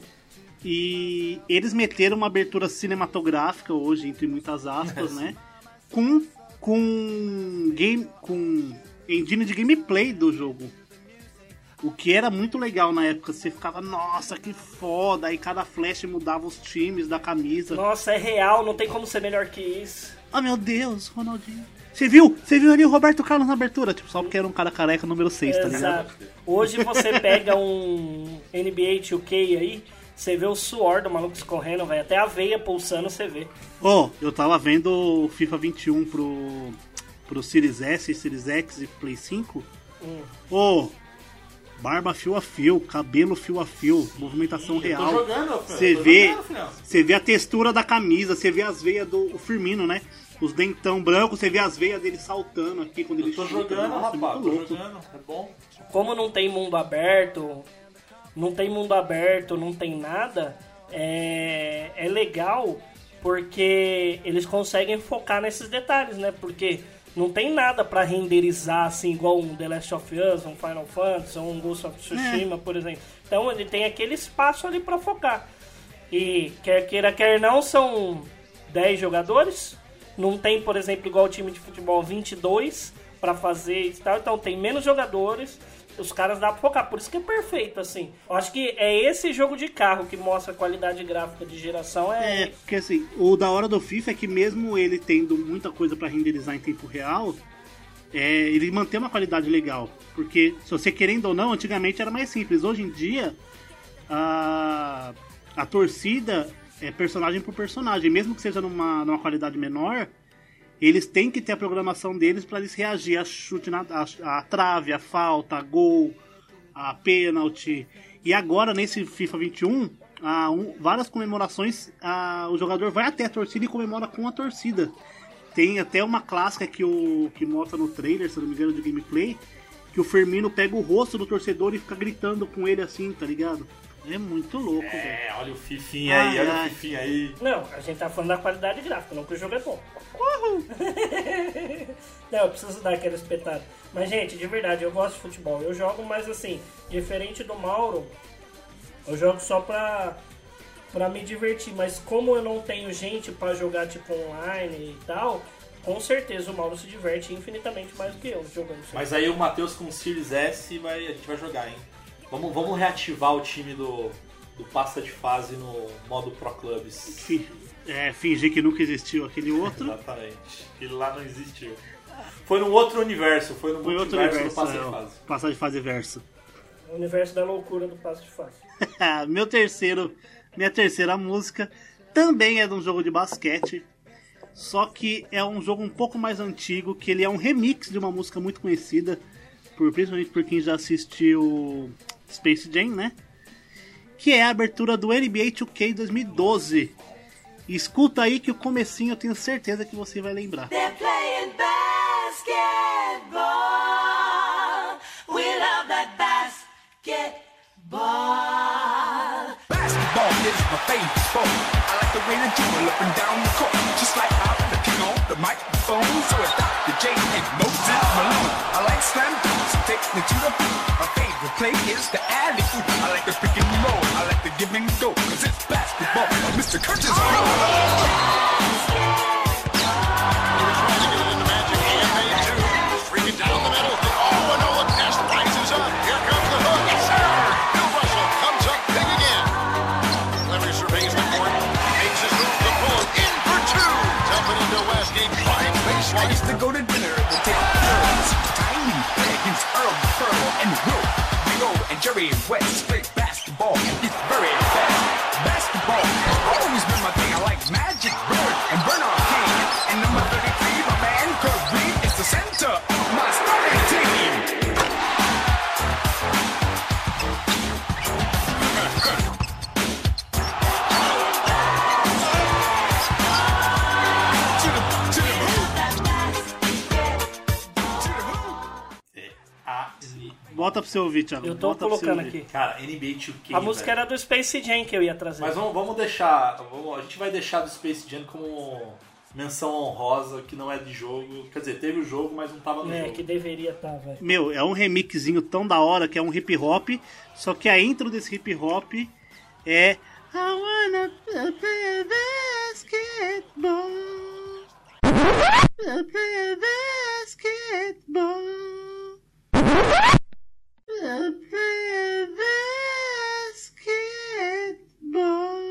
E eles meteram uma abertura cinematográfica hoje, entre muitas aspas, né? Com, com, game, com engine de gameplay do jogo. O que era muito legal na época. Você ficava, nossa, que foda. Aí cada flash mudava os times da camisa. Nossa, é real, não tem como ser melhor que isso. Ah, meu Deus, Ronaldinho. Você viu? Você viu ali o Roberto Carlos na abertura? Tipo, só porque era um cara careca número seis, tá ligado? Exato. Hoje você pega um N B A dois K aí, você vê o suor do maluco escorrendo, velho. Até a veia pulsando você vê. Ó, oh, eu tava vendo o FIFA vinte e um pro, pro Series S, Series X e Play cinco. Ô, Hum. oh, barba fio a fio, cabelo fio a fio, movimentação Ih, eu real. tô jogando, filho, Você eu tô vê, jogando, filhão. você vê a textura da camisa, você vê as veias do o Firmino, né? Os dentão brancos, você vê as veias dele saltando aqui quando ele Eu tô chuta. jogando, Nossa, rapaz, muito tô louco. jogando, é bom. Como não tem mundo aberto, não tem mundo aberto, não tem nada, é, é legal porque eles conseguem focar nesses detalhes, né? Porque não tem nada pra renderizar assim, igual um The Last of Us, um Final Fantasy, ou um Ghost of Tsushima, por exemplo. Então ele tem aquele espaço ali pra focar. E quer queira, quer não, são dez jogadores. Não tem, por exemplo, igual o time de futebol vinte e dois pra fazer e tal. Então tem menos jogadores. Os caras dá pra focar. Por isso que é perfeito, assim. Eu acho que é esse jogo de carro que mostra a qualidade gráfica de geração. É, É, porque assim, o da hora do FIFA é que mesmo ele tendo muita coisa pra renderizar em tempo real, é, ele mantém uma qualidade legal. Porque, se você querendo ou não, antigamente era mais simples. Hoje em dia, a, a torcida é personagem por personagem. Mesmo que seja numa, numa qualidade menor, eles têm que ter a programação deles pra eles reagir a chute na a, a trave, a falta, a gol, a pênalti. E agora, nesse FIFA vinte e um, há um, várias comemorações, a, o jogador vai até a torcida e comemora com a torcida. Tem até uma clássica que, o, que mostra no trailer, se não me engano, de gameplay, que o Firmino pega o rosto do torcedor e fica gritando com ele assim, tá ligado? É muito louco, velho. É, olha o fifinha aí, Ai, olha ai. o fifinha aí. Não, a gente tá falando da qualidade gráfica, não que o jogo é bom. Uhul. Não, eu preciso dar aquela espetada. Mas, gente, de verdade, eu gosto de futebol. Eu jogo, mas assim, diferente do Mauro, eu jogo só pra, pra me divertir. Mas como eu não tenho gente pra jogar, tipo, online e tal, com certeza o Mauro se diverte infinitamente mais do que eu jogando isso. Mas aí o Matheus com o Series S, vai, a gente vai jogar, hein? Vamos, vamos reativar o time do, do passa de fase no modo Pro Clubs. Fi- é, fingir que nunca existiu aquele outro. Exatamente. Aquele lá não existiu. Foi num outro universo, foi no Foi outro multiverso universo, do passa é, de o fase. passar de fase verso. O universo da loucura do passo de fase. Meu terceiro, minha terceira música também é de um jogo de basquete, só que é um jogo um pouco mais antigo, que ele é um remix de uma música muito conhecida, por, principalmente por quem já assistiu Space Jam, né? Que é a abertura do N B A dois K dois mil e doze. Escuta aí que o comecinho eu tenho certeza que você vai lembrar. They're playing basketball. We love that basketball. Basketball is my favorite sport. I like the way they dribble up and down the court, just like I'm the king on the microphone. So it's Doctor J and Moses Malone. I like slam dunks, it takes me to the beat. My favorite play is the alley oop. I like the pick and roll, I like the give and go, 'cause it's basketball. Mister Curtis I used to go to dinner to take turns. Tiny against Earl, Pearl, and Will. Big O and Jerry West play basketball. It's very fast. Basketball has always been my thing. I like Magic Bird and Bernard King. And number thirty-three, my man, Kurt Reed, is the center of my starting team. Bota pra você ouvir, Thiago. Eu tô Bota pra você colocando ouvir. aqui. Cara, N B A dois K, A música velho. era do Space Jam que eu ia trazer. Mas vamos, vamos deixar... Vamos, a gente vai deixar do Space Jam como menção honrosa, que não é de jogo. Quer dizer, teve o jogo, mas não tava no É, jogo. que deveria estar, velho. Meu, é um remixinho tão da hora que é um hip hop, só que a intro desse hip hop é I wanna play basketball. Play basketball. Play basketball.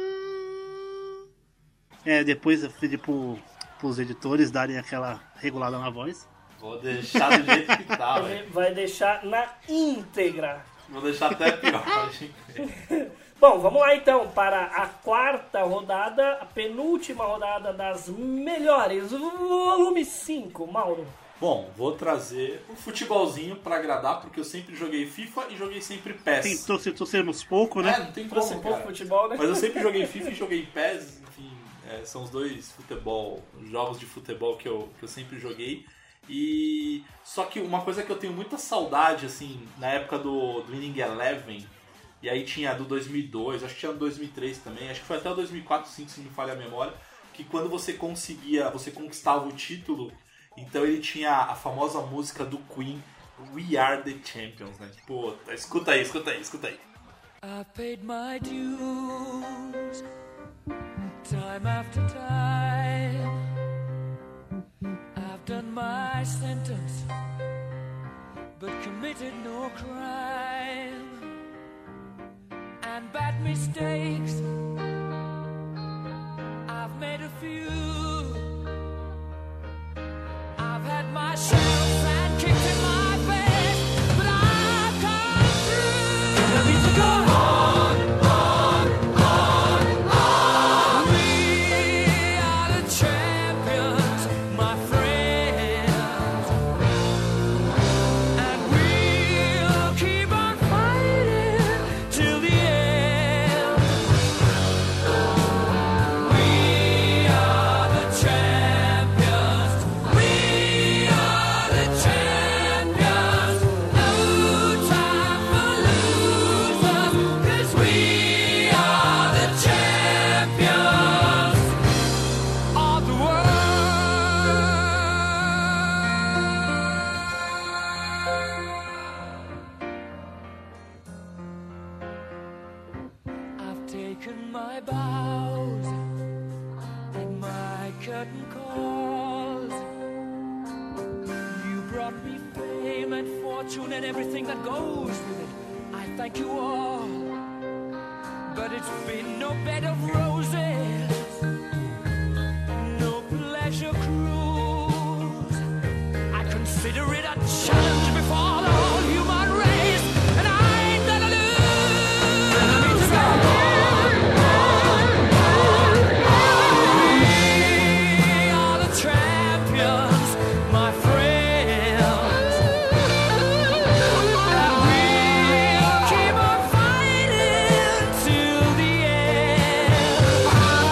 É, depois eu pedi pro, pros editores darem aquela regulada na voz. Vou deixar do jeito que tá, Ele velho. vai deixar na íntegra. Vou deixar até pior. Bom, vamos lá então para a quarta rodada, a penúltima rodada das melhores, volume cinco, Mauro. Bom, vou trazer um futebolzinho pra agradar, porque eu sempre joguei FIFA e joguei sempre P E S. Tem, trouxe- trouxemos pouco, É, né? não tem Trouxe como, pouco cara. futebol, né? Mas eu sempre joguei FIFA e joguei P E S, enfim, é, são os dois futebol, jogos de futebol que eu, que eu sempre joguei. E só que uma coisa que eu tenho muita saudade, assim, na época do, do Winning Eleven, e aí tinha do dois mil e dois, acho que tinha do dois mil e três também, acho que foi até o dois mil e quatro, dois mil e cinco, se não me falha a memória, que quando você conseguia, você conquistava o título, então ele tinha a famosa música do Queen, We Are The Champions, né? Tipo, escuta aí, escuta aí, escuta aí. I paid my dues time after time. I've done my sentence, but committed no crime. And bad mistakes, I've made a few. I've had my shells and kicked in my face, but I've come through. I need to go on, on, on, on. We are the champions, my friends, and we'll keep on fighting till the end. We are the champions. We are the champions. No time for losers, 'cause we are the champions of the world. I've taken my bows and my curtain calls. You brought me fame and fortune and everything that goes with it. I thank you all, but it's been no bed of roses, no pleasure cruise. I consider it a challenge before the whole human race, and I ain't gonna lose. We are the champions, my friends, and we'll keep on fighting till the end.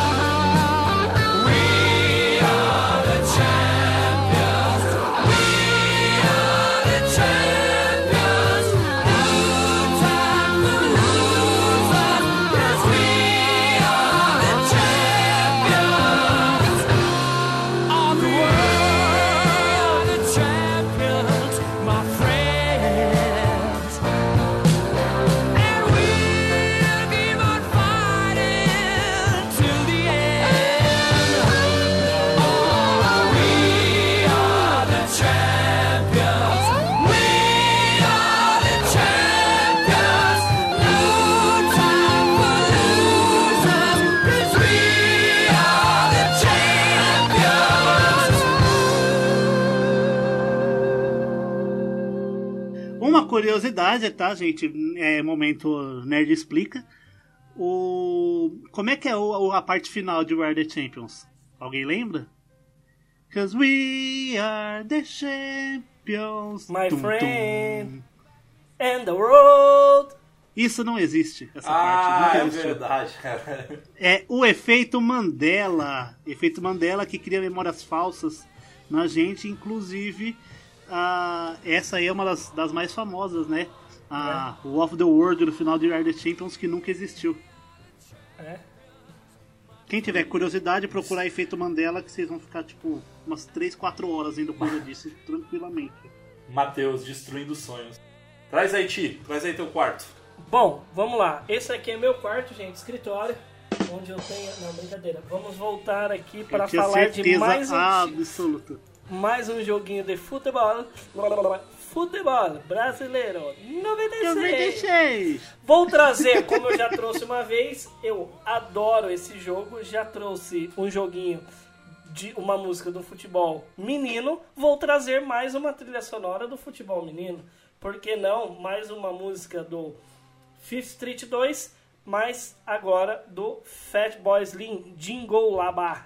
We are the champions. We are the champions. No time for losers, 'cause we are the champions of the world. The champions, my friends, and we'll keep on fighting till the end. Oh, we are the champions. We are the champions. No time for losers, 'cause we are the champions. Uma curiosidade, tá, gente? É momento Nerd Explica. O... Como é que é o- a parte final de We Are The Champions? Alguém lembra? Cause we are the champions. My Tum, friend. tum. And the world. Isso não existe, essa Ah, parte. é Nunca existiu. verdade, cara. É o efeito Mandela. Efeito Mandela que cria memórias falsas na gente, inclusive ah, essa aí é uma das, das mais famosas, né? Ah, o Off the World no final de Are the Champions que nunca existiu. É. Quem tiver curiosidade, procurar Efeito Mandela, que vocês vão ficar, tipo, umas três, quatro horas indo coisa disso, tranquilamente. Matheus, destruindo sonhos. Traz aí, Ti. Traz aí teu quarto. Bom, vamos lá. Esse aqui é meu quarto, gente, escritório, onde eu tenho... Não, brincadeira. Vamos voltar aqui para Eu tinha falar de certeza mais um... absoluta. Mais um joguinho de futebol. Futebol brasileiro noventa e seis. noventa e seis. Vou trazer, como eu já trouxe uma vez, eu adoro esse jogo. Já trouxe um joguinho de uma música do futebol menino. Vou trazer mais uma trilha sonora do futebol menino. Por que não? Mais uma música do Fifth Street dois, mas agora do Fatboy Slim, Jingle Laba.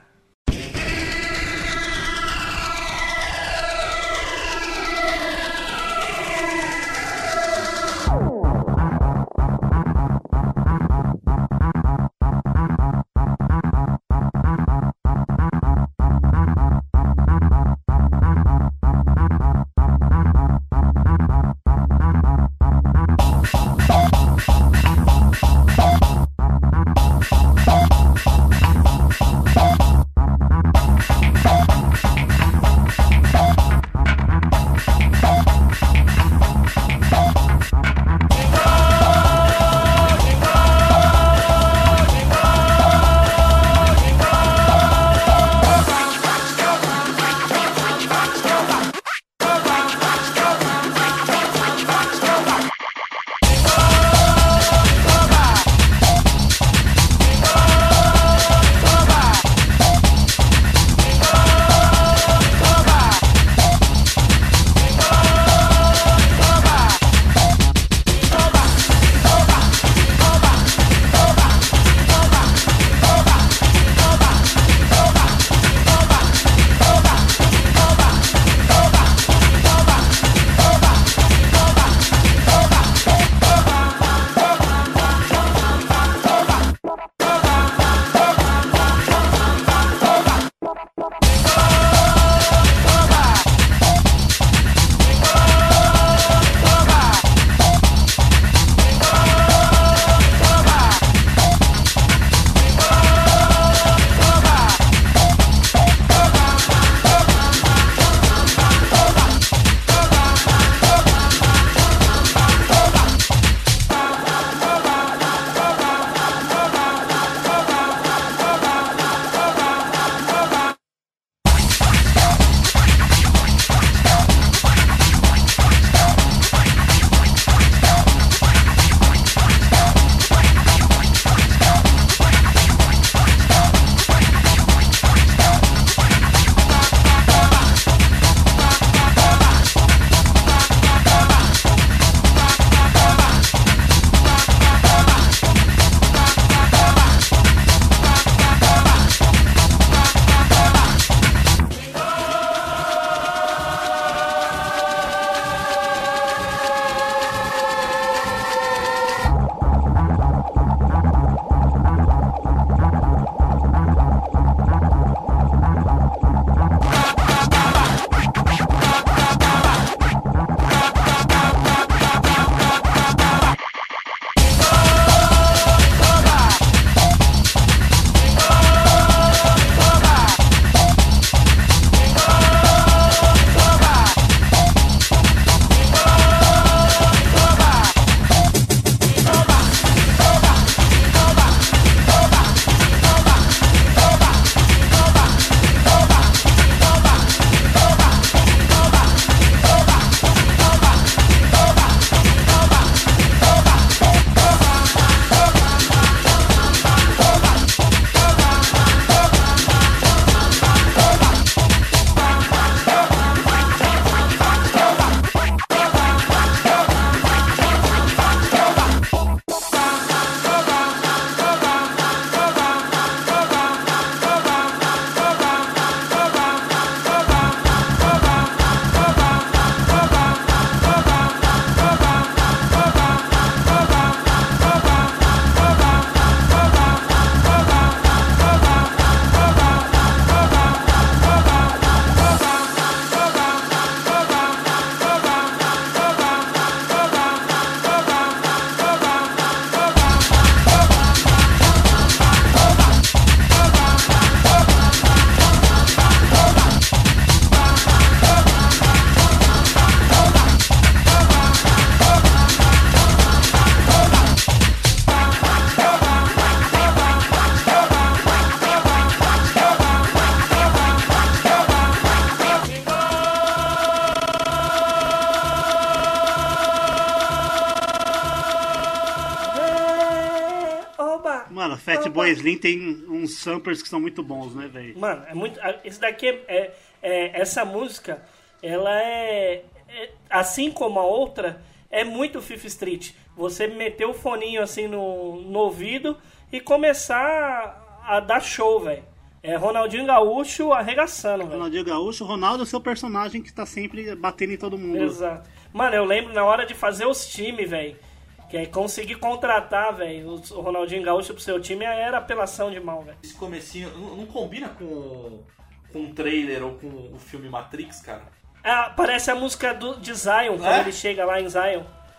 Fatboy Slim tem uns samplers que são muito bons, né, velho? Mano, é muito. Esse daqui é, é- é- essa música, ela é, é- assim como a outra, é muito Fifth Street. Você meter o foninho assim no, no ouvido e começar a, a dar show, velho. É Ronaldinho Gaúcho arregaçando, velho. Ronaldinho Gaúcho, o Ronaldo é o seu personagem que tá sempre batendo em todo mundo. Exato. Mano, eu lembro na hora de fazer os times, velho. Que é conseguir contratar, velho, o Ronaldinho Gaúcho pro seu time era apelação de mal, velho. Esse comecinho não, não combina com, com um trailer ou com o filme Matrix, cara? Ah, parece a música do, de Zion, quando É? ele chega lá em Zion.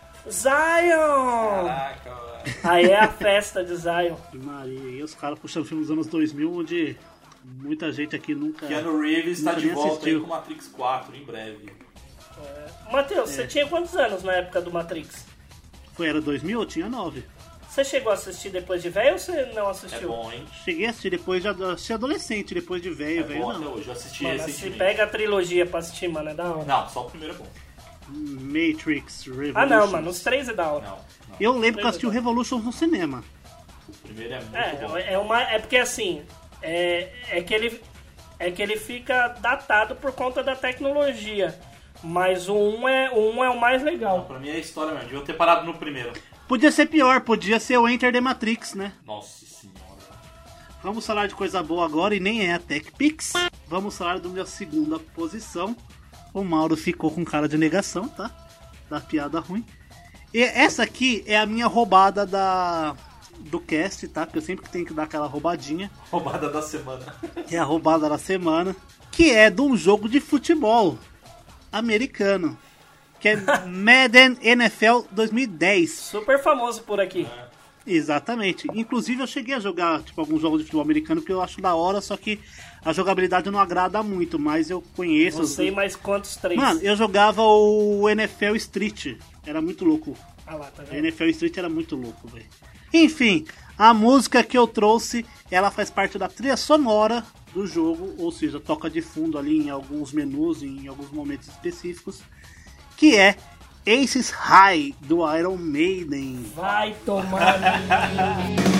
Zion! Caraca, velho. Aí é a festa de Zion. Maria, e os caras puxando filme dos anos dois mil, onde muita gente aqui nunca... Keanu Reeves está nunca de nem volta assistiu. aí com Matrix quatro, em breve. Matheus, É. você tinha quantos anos na época do Matrix? Foi, era dois mil? Eu tinha nove. Você chegou a assistir depois de velho ou você não É assistiu? bom, hein? Cheguei a assistir depois de ado- assisti adolescente, depois de velho, É velho bom até não. hoje. Eu assisti Mano, se recentemente. pega a trilogia pra assistir, mano, é da hora. Não, só o primeiro é bom. Matrix, Revolution. Ah, não, mano, os três é da hora. Não, não. Eu lembro que eu assisti o Revolution no cinema. O primeiro é muito bom. É, é, uma, é porque assim, é, é, que ele, é que ele fica datado por conta da tecnologia. Mas o um é o, um é o mais legal. Pra mim é história mesmo. Devia ter parado no primeiro. Podia ser pior, podia ser o Enter the Matrix, né? Nossa senhora. Vamos falar de coisa boa agora e nem é a TechPix. Vamos falar da minha segunda posição. O Mauro ficou com cara de negação, tá? Da piada ruim. E essa aqui é a minha roubada da do cast, tá? Porque eu sempre tenho que dar aquela roubadinha. Roubada da semana. Que é a roubada da semana. Que é de um jogo de futebol americano. Que é Madden N F L dois mil e dez. Super famoso por aqui. Exatamente. Inclusive eu cheguei a jogar tipo, alguns jogos de futebol americano que eu acho da hora, só que a jogabilidade não agrada muito, mas eu conheço. Não sei mais quantos três. Mano, eu jogava o N F L Street. Era muito louco. Ah lá, tá O vendo? N F L Street era muito louco, velho. Enfim, a música que eu trouxe, ela faz parte da trilha sonora do jogo, ou seja, toca de fundo ali em alguns menus, em alguns momentos específicos, que é Aces High, do Iron Maiden. Vai tomar no cu.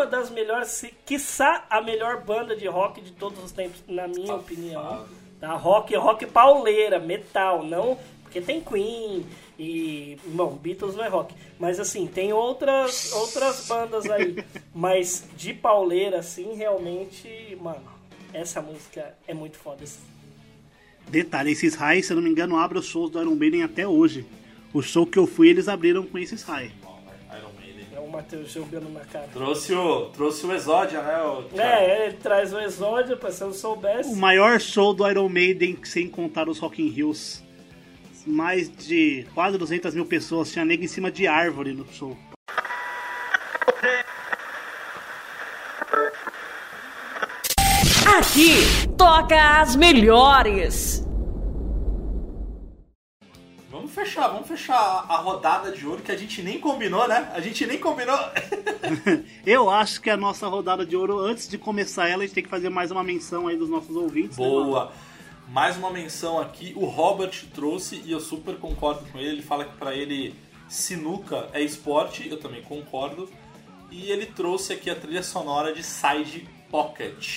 uma das melhores, se- quiçá a melhor banda de rock de todos os tempos, na minha opinião. Tá? Rock, rock pauleira, metal, não... Porque tem Queen e... Bom, Beatles não é rock. Mas assim, tem outras, outras bandas aí. Mas de pauleira, assim, realmente... Mano, essa música é muito foda. Detalhe, esses raios, se eu não me engano, abrem os shows do Iron Maiden até hoje. O show que eu fui, eles abriram com esses raios. É o Matheus jogando na cara. Trouxe o, trouxe o Exódia, né? O Thiago? É, ele traz o Exódio, pra se eu soubesse. O maior show do Iron Maiden, sem contar os Rock in Rios. Mais de quase duzentas mil pessoas. Tinha nego em cima de árvore no show. Aqui toca as melhores. Vamos fechar, vamos fechar a rodada de ouro que a gente nem combinou, né? A gente nem combinou. Eu acho que a nossa rodada de ouro, antes de começar ela, a gente tem que fazer mais uma menção aí dos nossos ouvintes. Boa. Né, mais uma menção aqui. O Robert trouxe e eu super concordo com ele. Ele fala que pra ele sinuca é esporte. Eu também concordo. E ele trouxe aqui a trilha sonora de Side Pocket.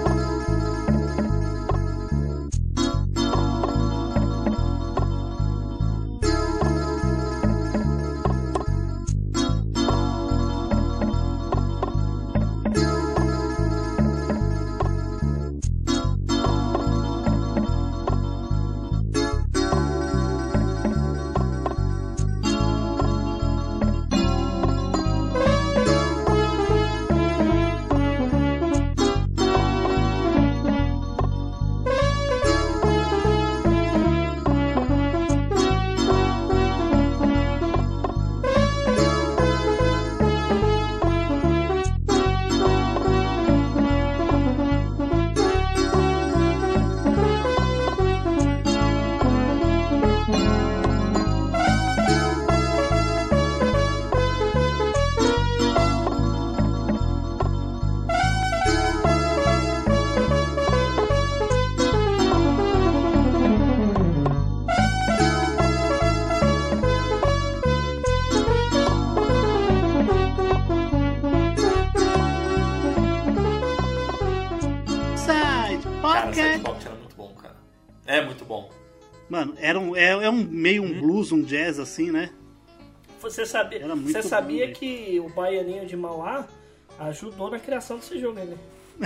Cara, Side Pocket era muito bom, cara. É muito bom. Mano, era um, é, é um meio um blues, um jazz assim, né? Você sabia, Era muito você sabia bom, que o Baianinho de Mauá ajudou na criação desse jogo, né?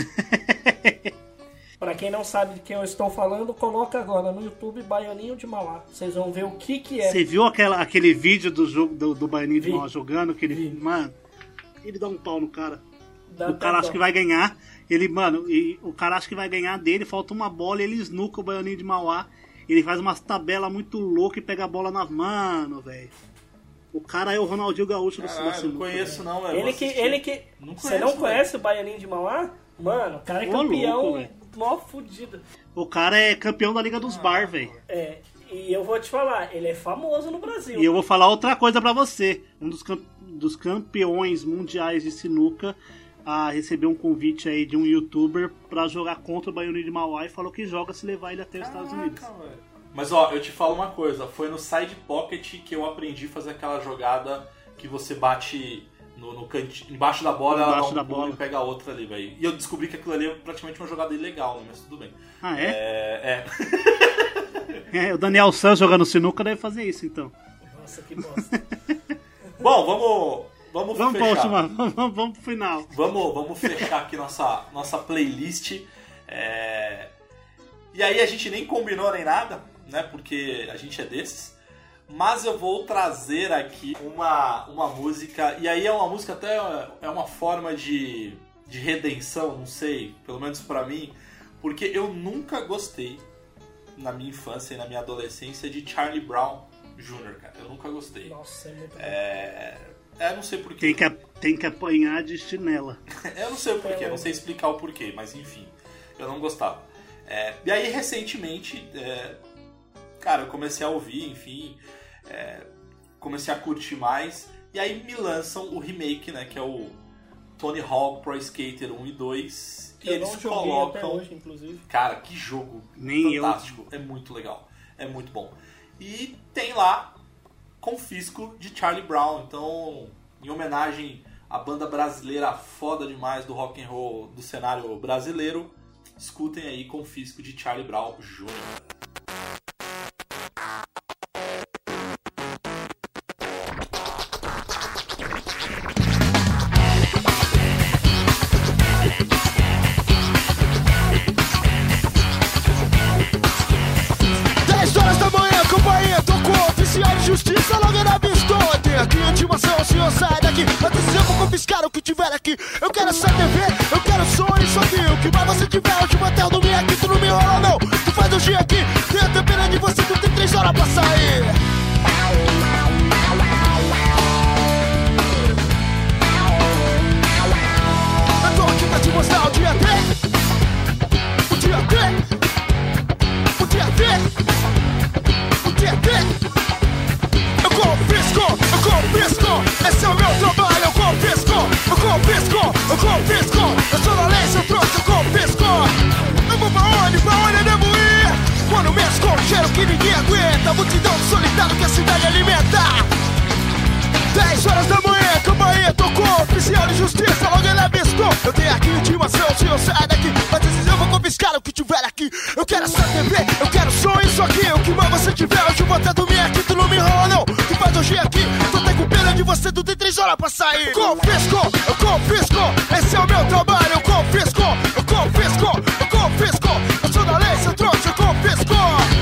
Pra quem não sabe de quem eu estou falando, coloca agora no YouTube Baianinho de Mauá. Vocês vão ver o que que é. Você viu aquela, aquele vídeo do jogo do, do Baianinho de Vi. Mauá jogando? Que ele, Vi. mano, ele dá um pau no cara. Dá o cara até acha dó. que vai ganhar. Ele, mano, e o cara acha que vai ganhar dele, falta uma bola, ele snuca o Baianinho de Mauá. Ele faz umas tabelas muito loucas e pega a bola nas mano, velho. O cara é o Ronaldinho Gaúcho do Caralho, da não sinuca, conheço velho. não, velho. Ele Vou que, assistir. ele que... Não Você conheço, não velho. conhece o Baianinho de Mauá? Mano, o cara é Ô, campeão, louco, velho. mó fudido. O cara é campeão da Liga dos Bar, velho. É, e eu vou te falar, ele é famoso no Brasil. E eu vou falar outra coisa pra você. Um dos, cam- dos campeões mundiais de sinuca a receber um convite aí de um youtuber pra jogar contra o Baianinho de Mauá e falou que joga se levar ele até os Estados Unidos. Caraca, velho. Mas ó, eu te falo uma coisa, foi no Side Pocket que eu aprendi a fazer aquela jogada que você bate no, no cantinho, embaixo da bola, ela Embaixo dá da um pulo bola. e pega a outra ali, velho. E eu descobri que aquilo ali é praticamente uma jogada ilegal, né? Mas tudo bem. Ah, é? É, é. É, o Daniel San jogando sinuca deve fazer isso, então. Nossa, que bosta. Bom, vamos, vamos, Vamos pra fechar. última, vamos, vamos pro final. Vamos, vamos fechar aqui nossa, nossa playlist. É... E aí a gente nem combinou nem nada, né? Porque a gente é desses. Mas eu vou trazer aqui uma, uma música. E aí é uma música até é uma forma de, de redenção, não sei, pelo menos pra mim. Porque eu nunca gostei, na minha infância e na minha adolescência, de Charlie Brown Júnior, cara. Eu nunca gostei. Nossa, é muito É... É, não sei porquê. Tem que, tem que apanhar de chinela. Eu não sei o porquê, não sei explicar o porquê, mas enfim, eu não gostava. É, e aí, recentemente, é, cara, eu comecei a ouvir, enfim, é, comecei a curtir mais, e aí me lançam o remake, né, que é o Tony Hawk Pro Skater um e dois, e Eu eles não joguei colocam... até hoje, inclusive. Cara, que jogo Nem eu. fantástico, é muito legal, é muito bom. E tem lá Confisco de Charlie Brown, então, em homenagem a banda brasileira foda demais do rock and roll do cenário brasileiro. Escutem aí Confisco de Charlie Brown Júnior dez horas da manhã, companhia tocou. Oficial de justiça logo na vista. Tem aqui intimação, o senhor sai daqui. Antes eu vou confiscar o que tiver aqui. Eu quero essa T V, eu quero som e só que o que mais você tiver. Hoje até eu dormir aqui, tu não me enrola não. Tu faz o dia aqui, tem até pena de você. Tu tem três horas pra sair. Eu tô aqui pra te mostrar o dia D. O dia D. O dia D. O dia D. Eu confisco, eu confisco. Esse é o meu trabalho, eu confisco. Eu confisco, eu confisco. Eu sou da lei, se eu trouxe, eu confisco. Eu vou pra onde, pra onde eu devo ir? Quando mesmo com cheiro que ninguém aguenta. Multidão solitário que a cidade alimenta. dez horas da manhã, campainha tocou. Oficial de justiça, logo ele avistou. Eu tenho aqui intimação, o senhor sai daqui. Mas esses eu vou confiscar o que tiver aqui. Eu quero essa T V, eu quero som, isso aqui. O que mais você tiver, hoje eu vou até dormir aqui. Tu não me enrola não, tu faz hoje aqui. Tô até com pena de você, tu tem três horas pra sair. Confisco, eu confisco. Esse é o meu trabalho, eu confisco. Eu confisco, eu confisco. Eu sou da lei, se eu trouxe, eu confisco.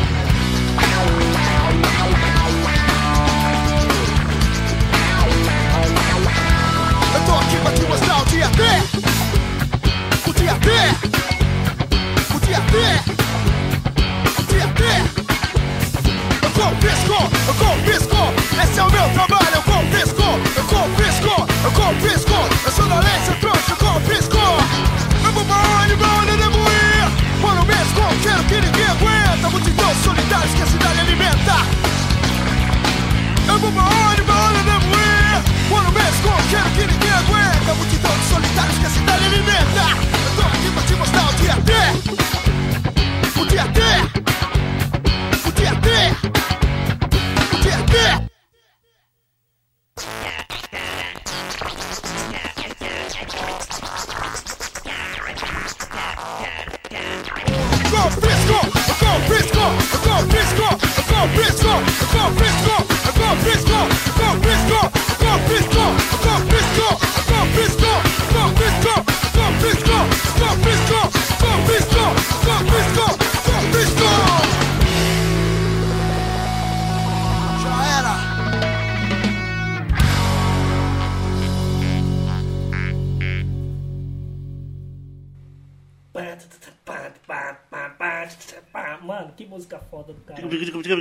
Eu tô aqui pra te mostrar o dia D. O dia D. O dia D. O dia D. Eu confisco, eu confisco. Esse é o meu trabalho, eu confisco. Eu confisco, eu confisco. Eu sou da lei, se eu trouxe, eu confisco. Eu vou pra onde, pra onde eu devo ir? Mano mesmo, com cheiro que ninguém aguenta. Multidão solitários que a cidade alimenta. Eu vou pra onde, pra onde eu devo ir? Mano mesmo, com cheiro que ninguém aguenta. Multidão de solitários que a cidade alimenta. Eu tô aqui pra te mostrar o dia D. O dia D. O dia D. O dia D. Confisco, eu confisco, eu confisco, eu confisco, eu confisco, eu confisco, eu confisco, eu confisco, eu confisco, eu confisco, eu confisco, eu confisco, eu confisco, confisco, confisco, confisco. Já era. Mano, que música foda do cara.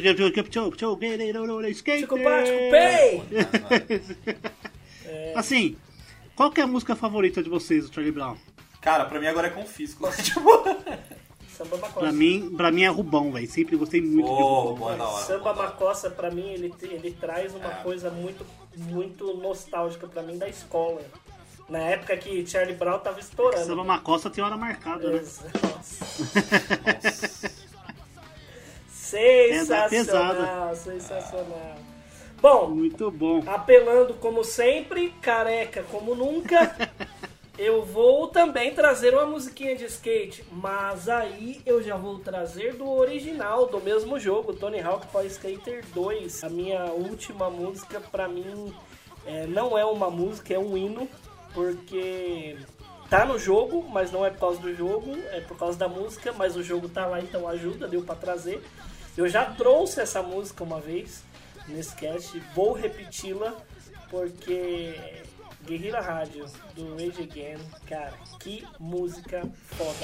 Assim, qual que é a música favorita de vocês, do Charlie Brown? Cara, pra mim agora é Confisco. Samba Macossa. Pra mim, pra mim é Rubão, velho. Sempre gostei muito Oh, de Rubão. boa da hora. Samba Macossa, pra mim, ele, ele traz uma coisa muito, muito nostálgica pra mim da escola. Na época que Charlie Brown tava estourando. Samba Macossa tem hora marcada, né? Nossa. Sensacional, sensacional. Bom, muito bom. Apelando como sempre, careca como nunca, eu vou também trazer uma musiquinha de skate, mas aí eu já vou trazer do original, do mesmo jogo, Tony Hawk Pro Skater dois. A minha última música, pra mim, é, não é uma música, é um hino, porque tá no jogo, mas não é por causa do jogo, é por causa da música, mas o jogo tá lá, então ajuda, deu pra trazer. Eu já trouxe essa música uma vez nesse cast, vou repeti-la, porque Guerrilla Rádio, do Rage Again, cara, que música foda.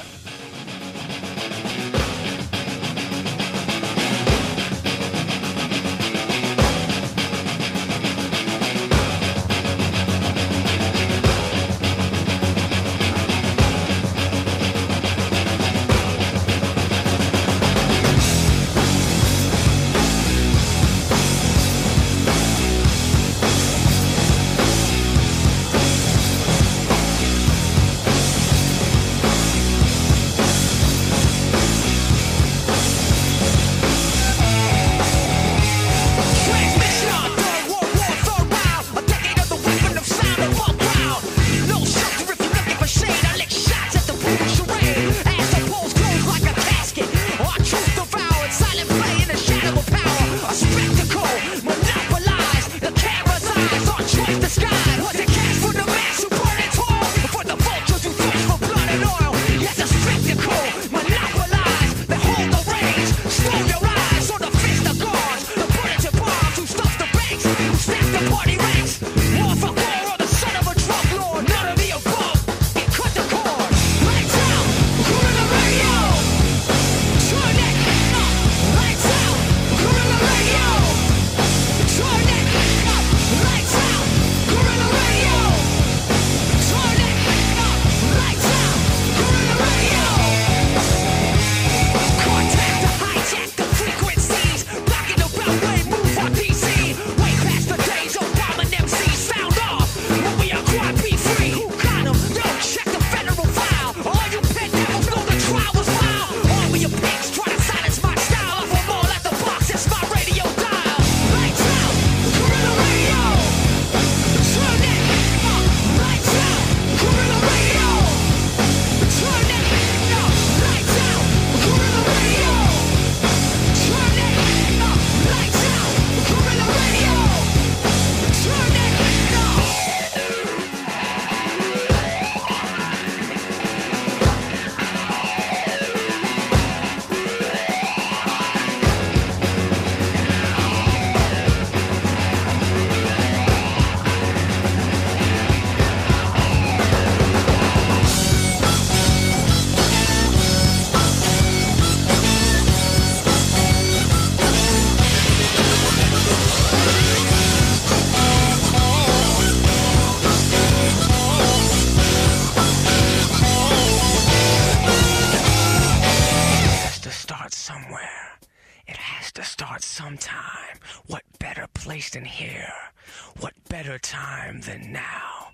heart sometime. What better place than here? What better time than now?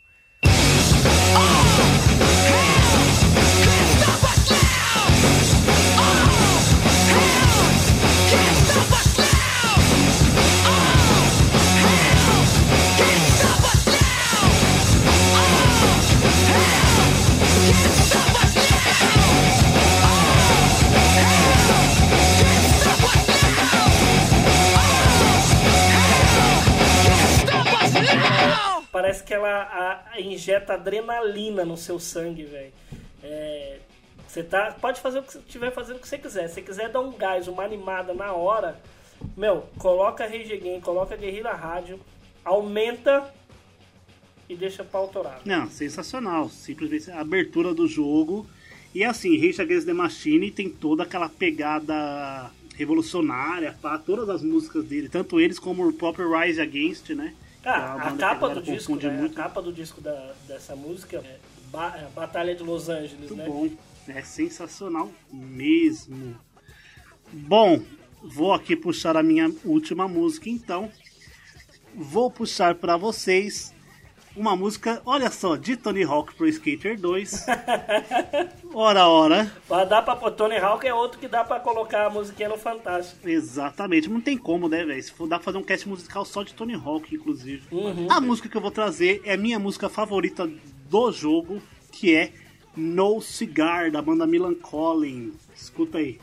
Parece que ela a, a injeta adrenalina no seu sangue, velho. É, você tá, pode fazer o que estiver fazendo o que você quiser. Se você quiser dar um gás, uma animada na hora, meu, coloca a Rage Game, coloca a Guerrilla Rádio, aumenta e deixa pra autorar. Não, sensacional. Simplesmente a abertura do jogo. E assim, Rage Against the Machine tem toda aquela pegada revolucionária, pá, todas as músicas dele, tanto eles como o próprio Rise Against, né? Ah, a, a capa do disco, né? muito. A capa do disco da, dessa música é ba é Batalha de Los Angeles, muito né? Bom, é sensacional mesmo. Bom, vou aqui puxar a minha última música, então. Vou puxar pra vocês uma música, olha só, de Tony Hawk Pro Skater dois. Ora, ora. Dá pra, Tony Hawk é outro que dá pra colocar a musiquinha no Fantástico. Exatamente, não tem como, né, velho? Se for, dá pra fazer um cast musical só de Tony Hawk, inclusive. Uhum. A música que eu vou trazer é a minha música favorita do jogo, que é No Cigar, da banda Millencolin. Escuta aí.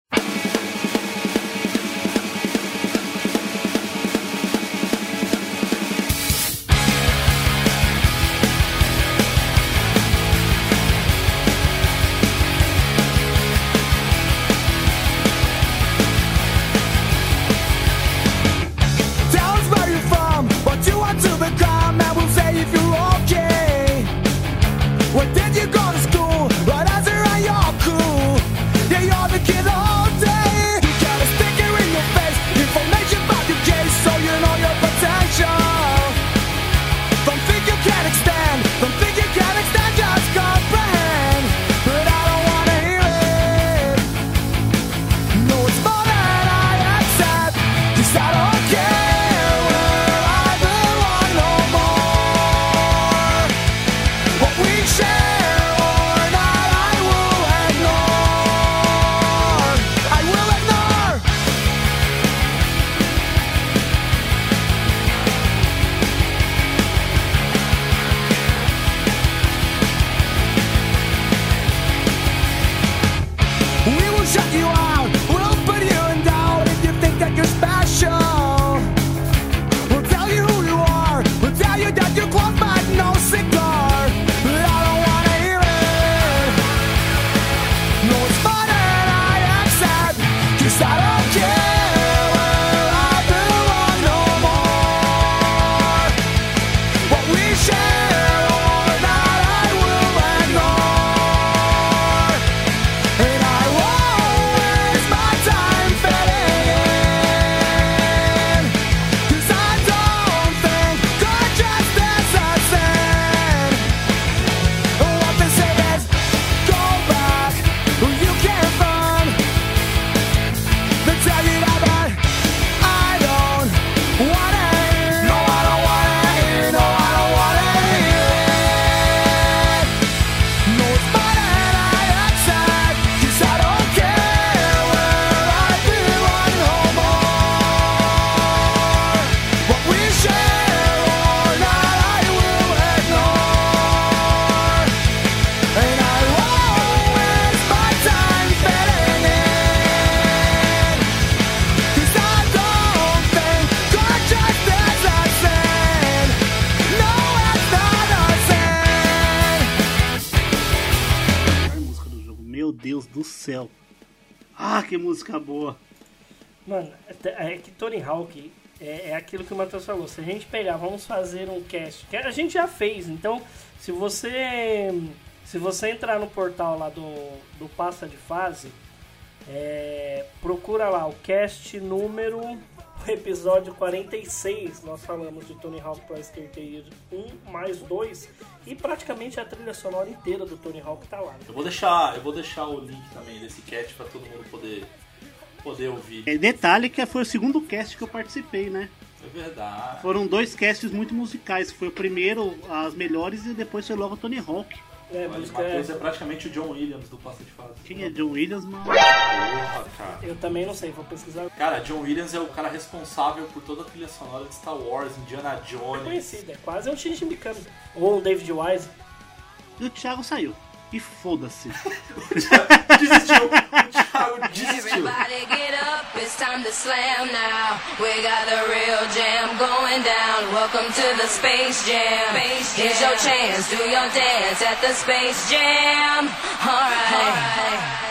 céu. Ah, que música boa. Mano, é que Tony Hawk é, é aquilo que o Matheus falou. Se a gente pegar, vamos fazer um cast, que a gente já fez, então se você se você entrar no portal lá do, do Passa de Fase, é, procura lá o cast número, o episódio quarenta e seis, nós falamos de Tony Hawk Pro Skater um mais dois, e praticamente a trilha sonora inteira do Tony Hawk tá lá. Eu vou deixar, eu vou deixar o link também desse cast pra todo mundo poder poder ouvir. É, detalhe que foi o segundo cast que eu participei, né? É verdade. Foram dois casts muito musicais. Foi o primeiro, as melhores, e depois foi logo Tony Hawk. É, O música Matheus é... é praticamente o John Williams do Passa de Fase. Quem é John Williams, mano? Porra, cara. Eu também não sei, vou pesquisar. Cara, John Williams é o cara responsável por toda a trilha sonora de Star Wars, Indiana É Jones. conhecido, é quase um Shinji Mikami. Ou um David Wise. E o Thiago saiu. E foda-se. Desistiu. O Thiago desistiu. Everybody get up, it's time to slam now. We got the real jam going down. Welcome to the Space Jam. Here's your chance, do your dance at the Space Jam. Alright. All right.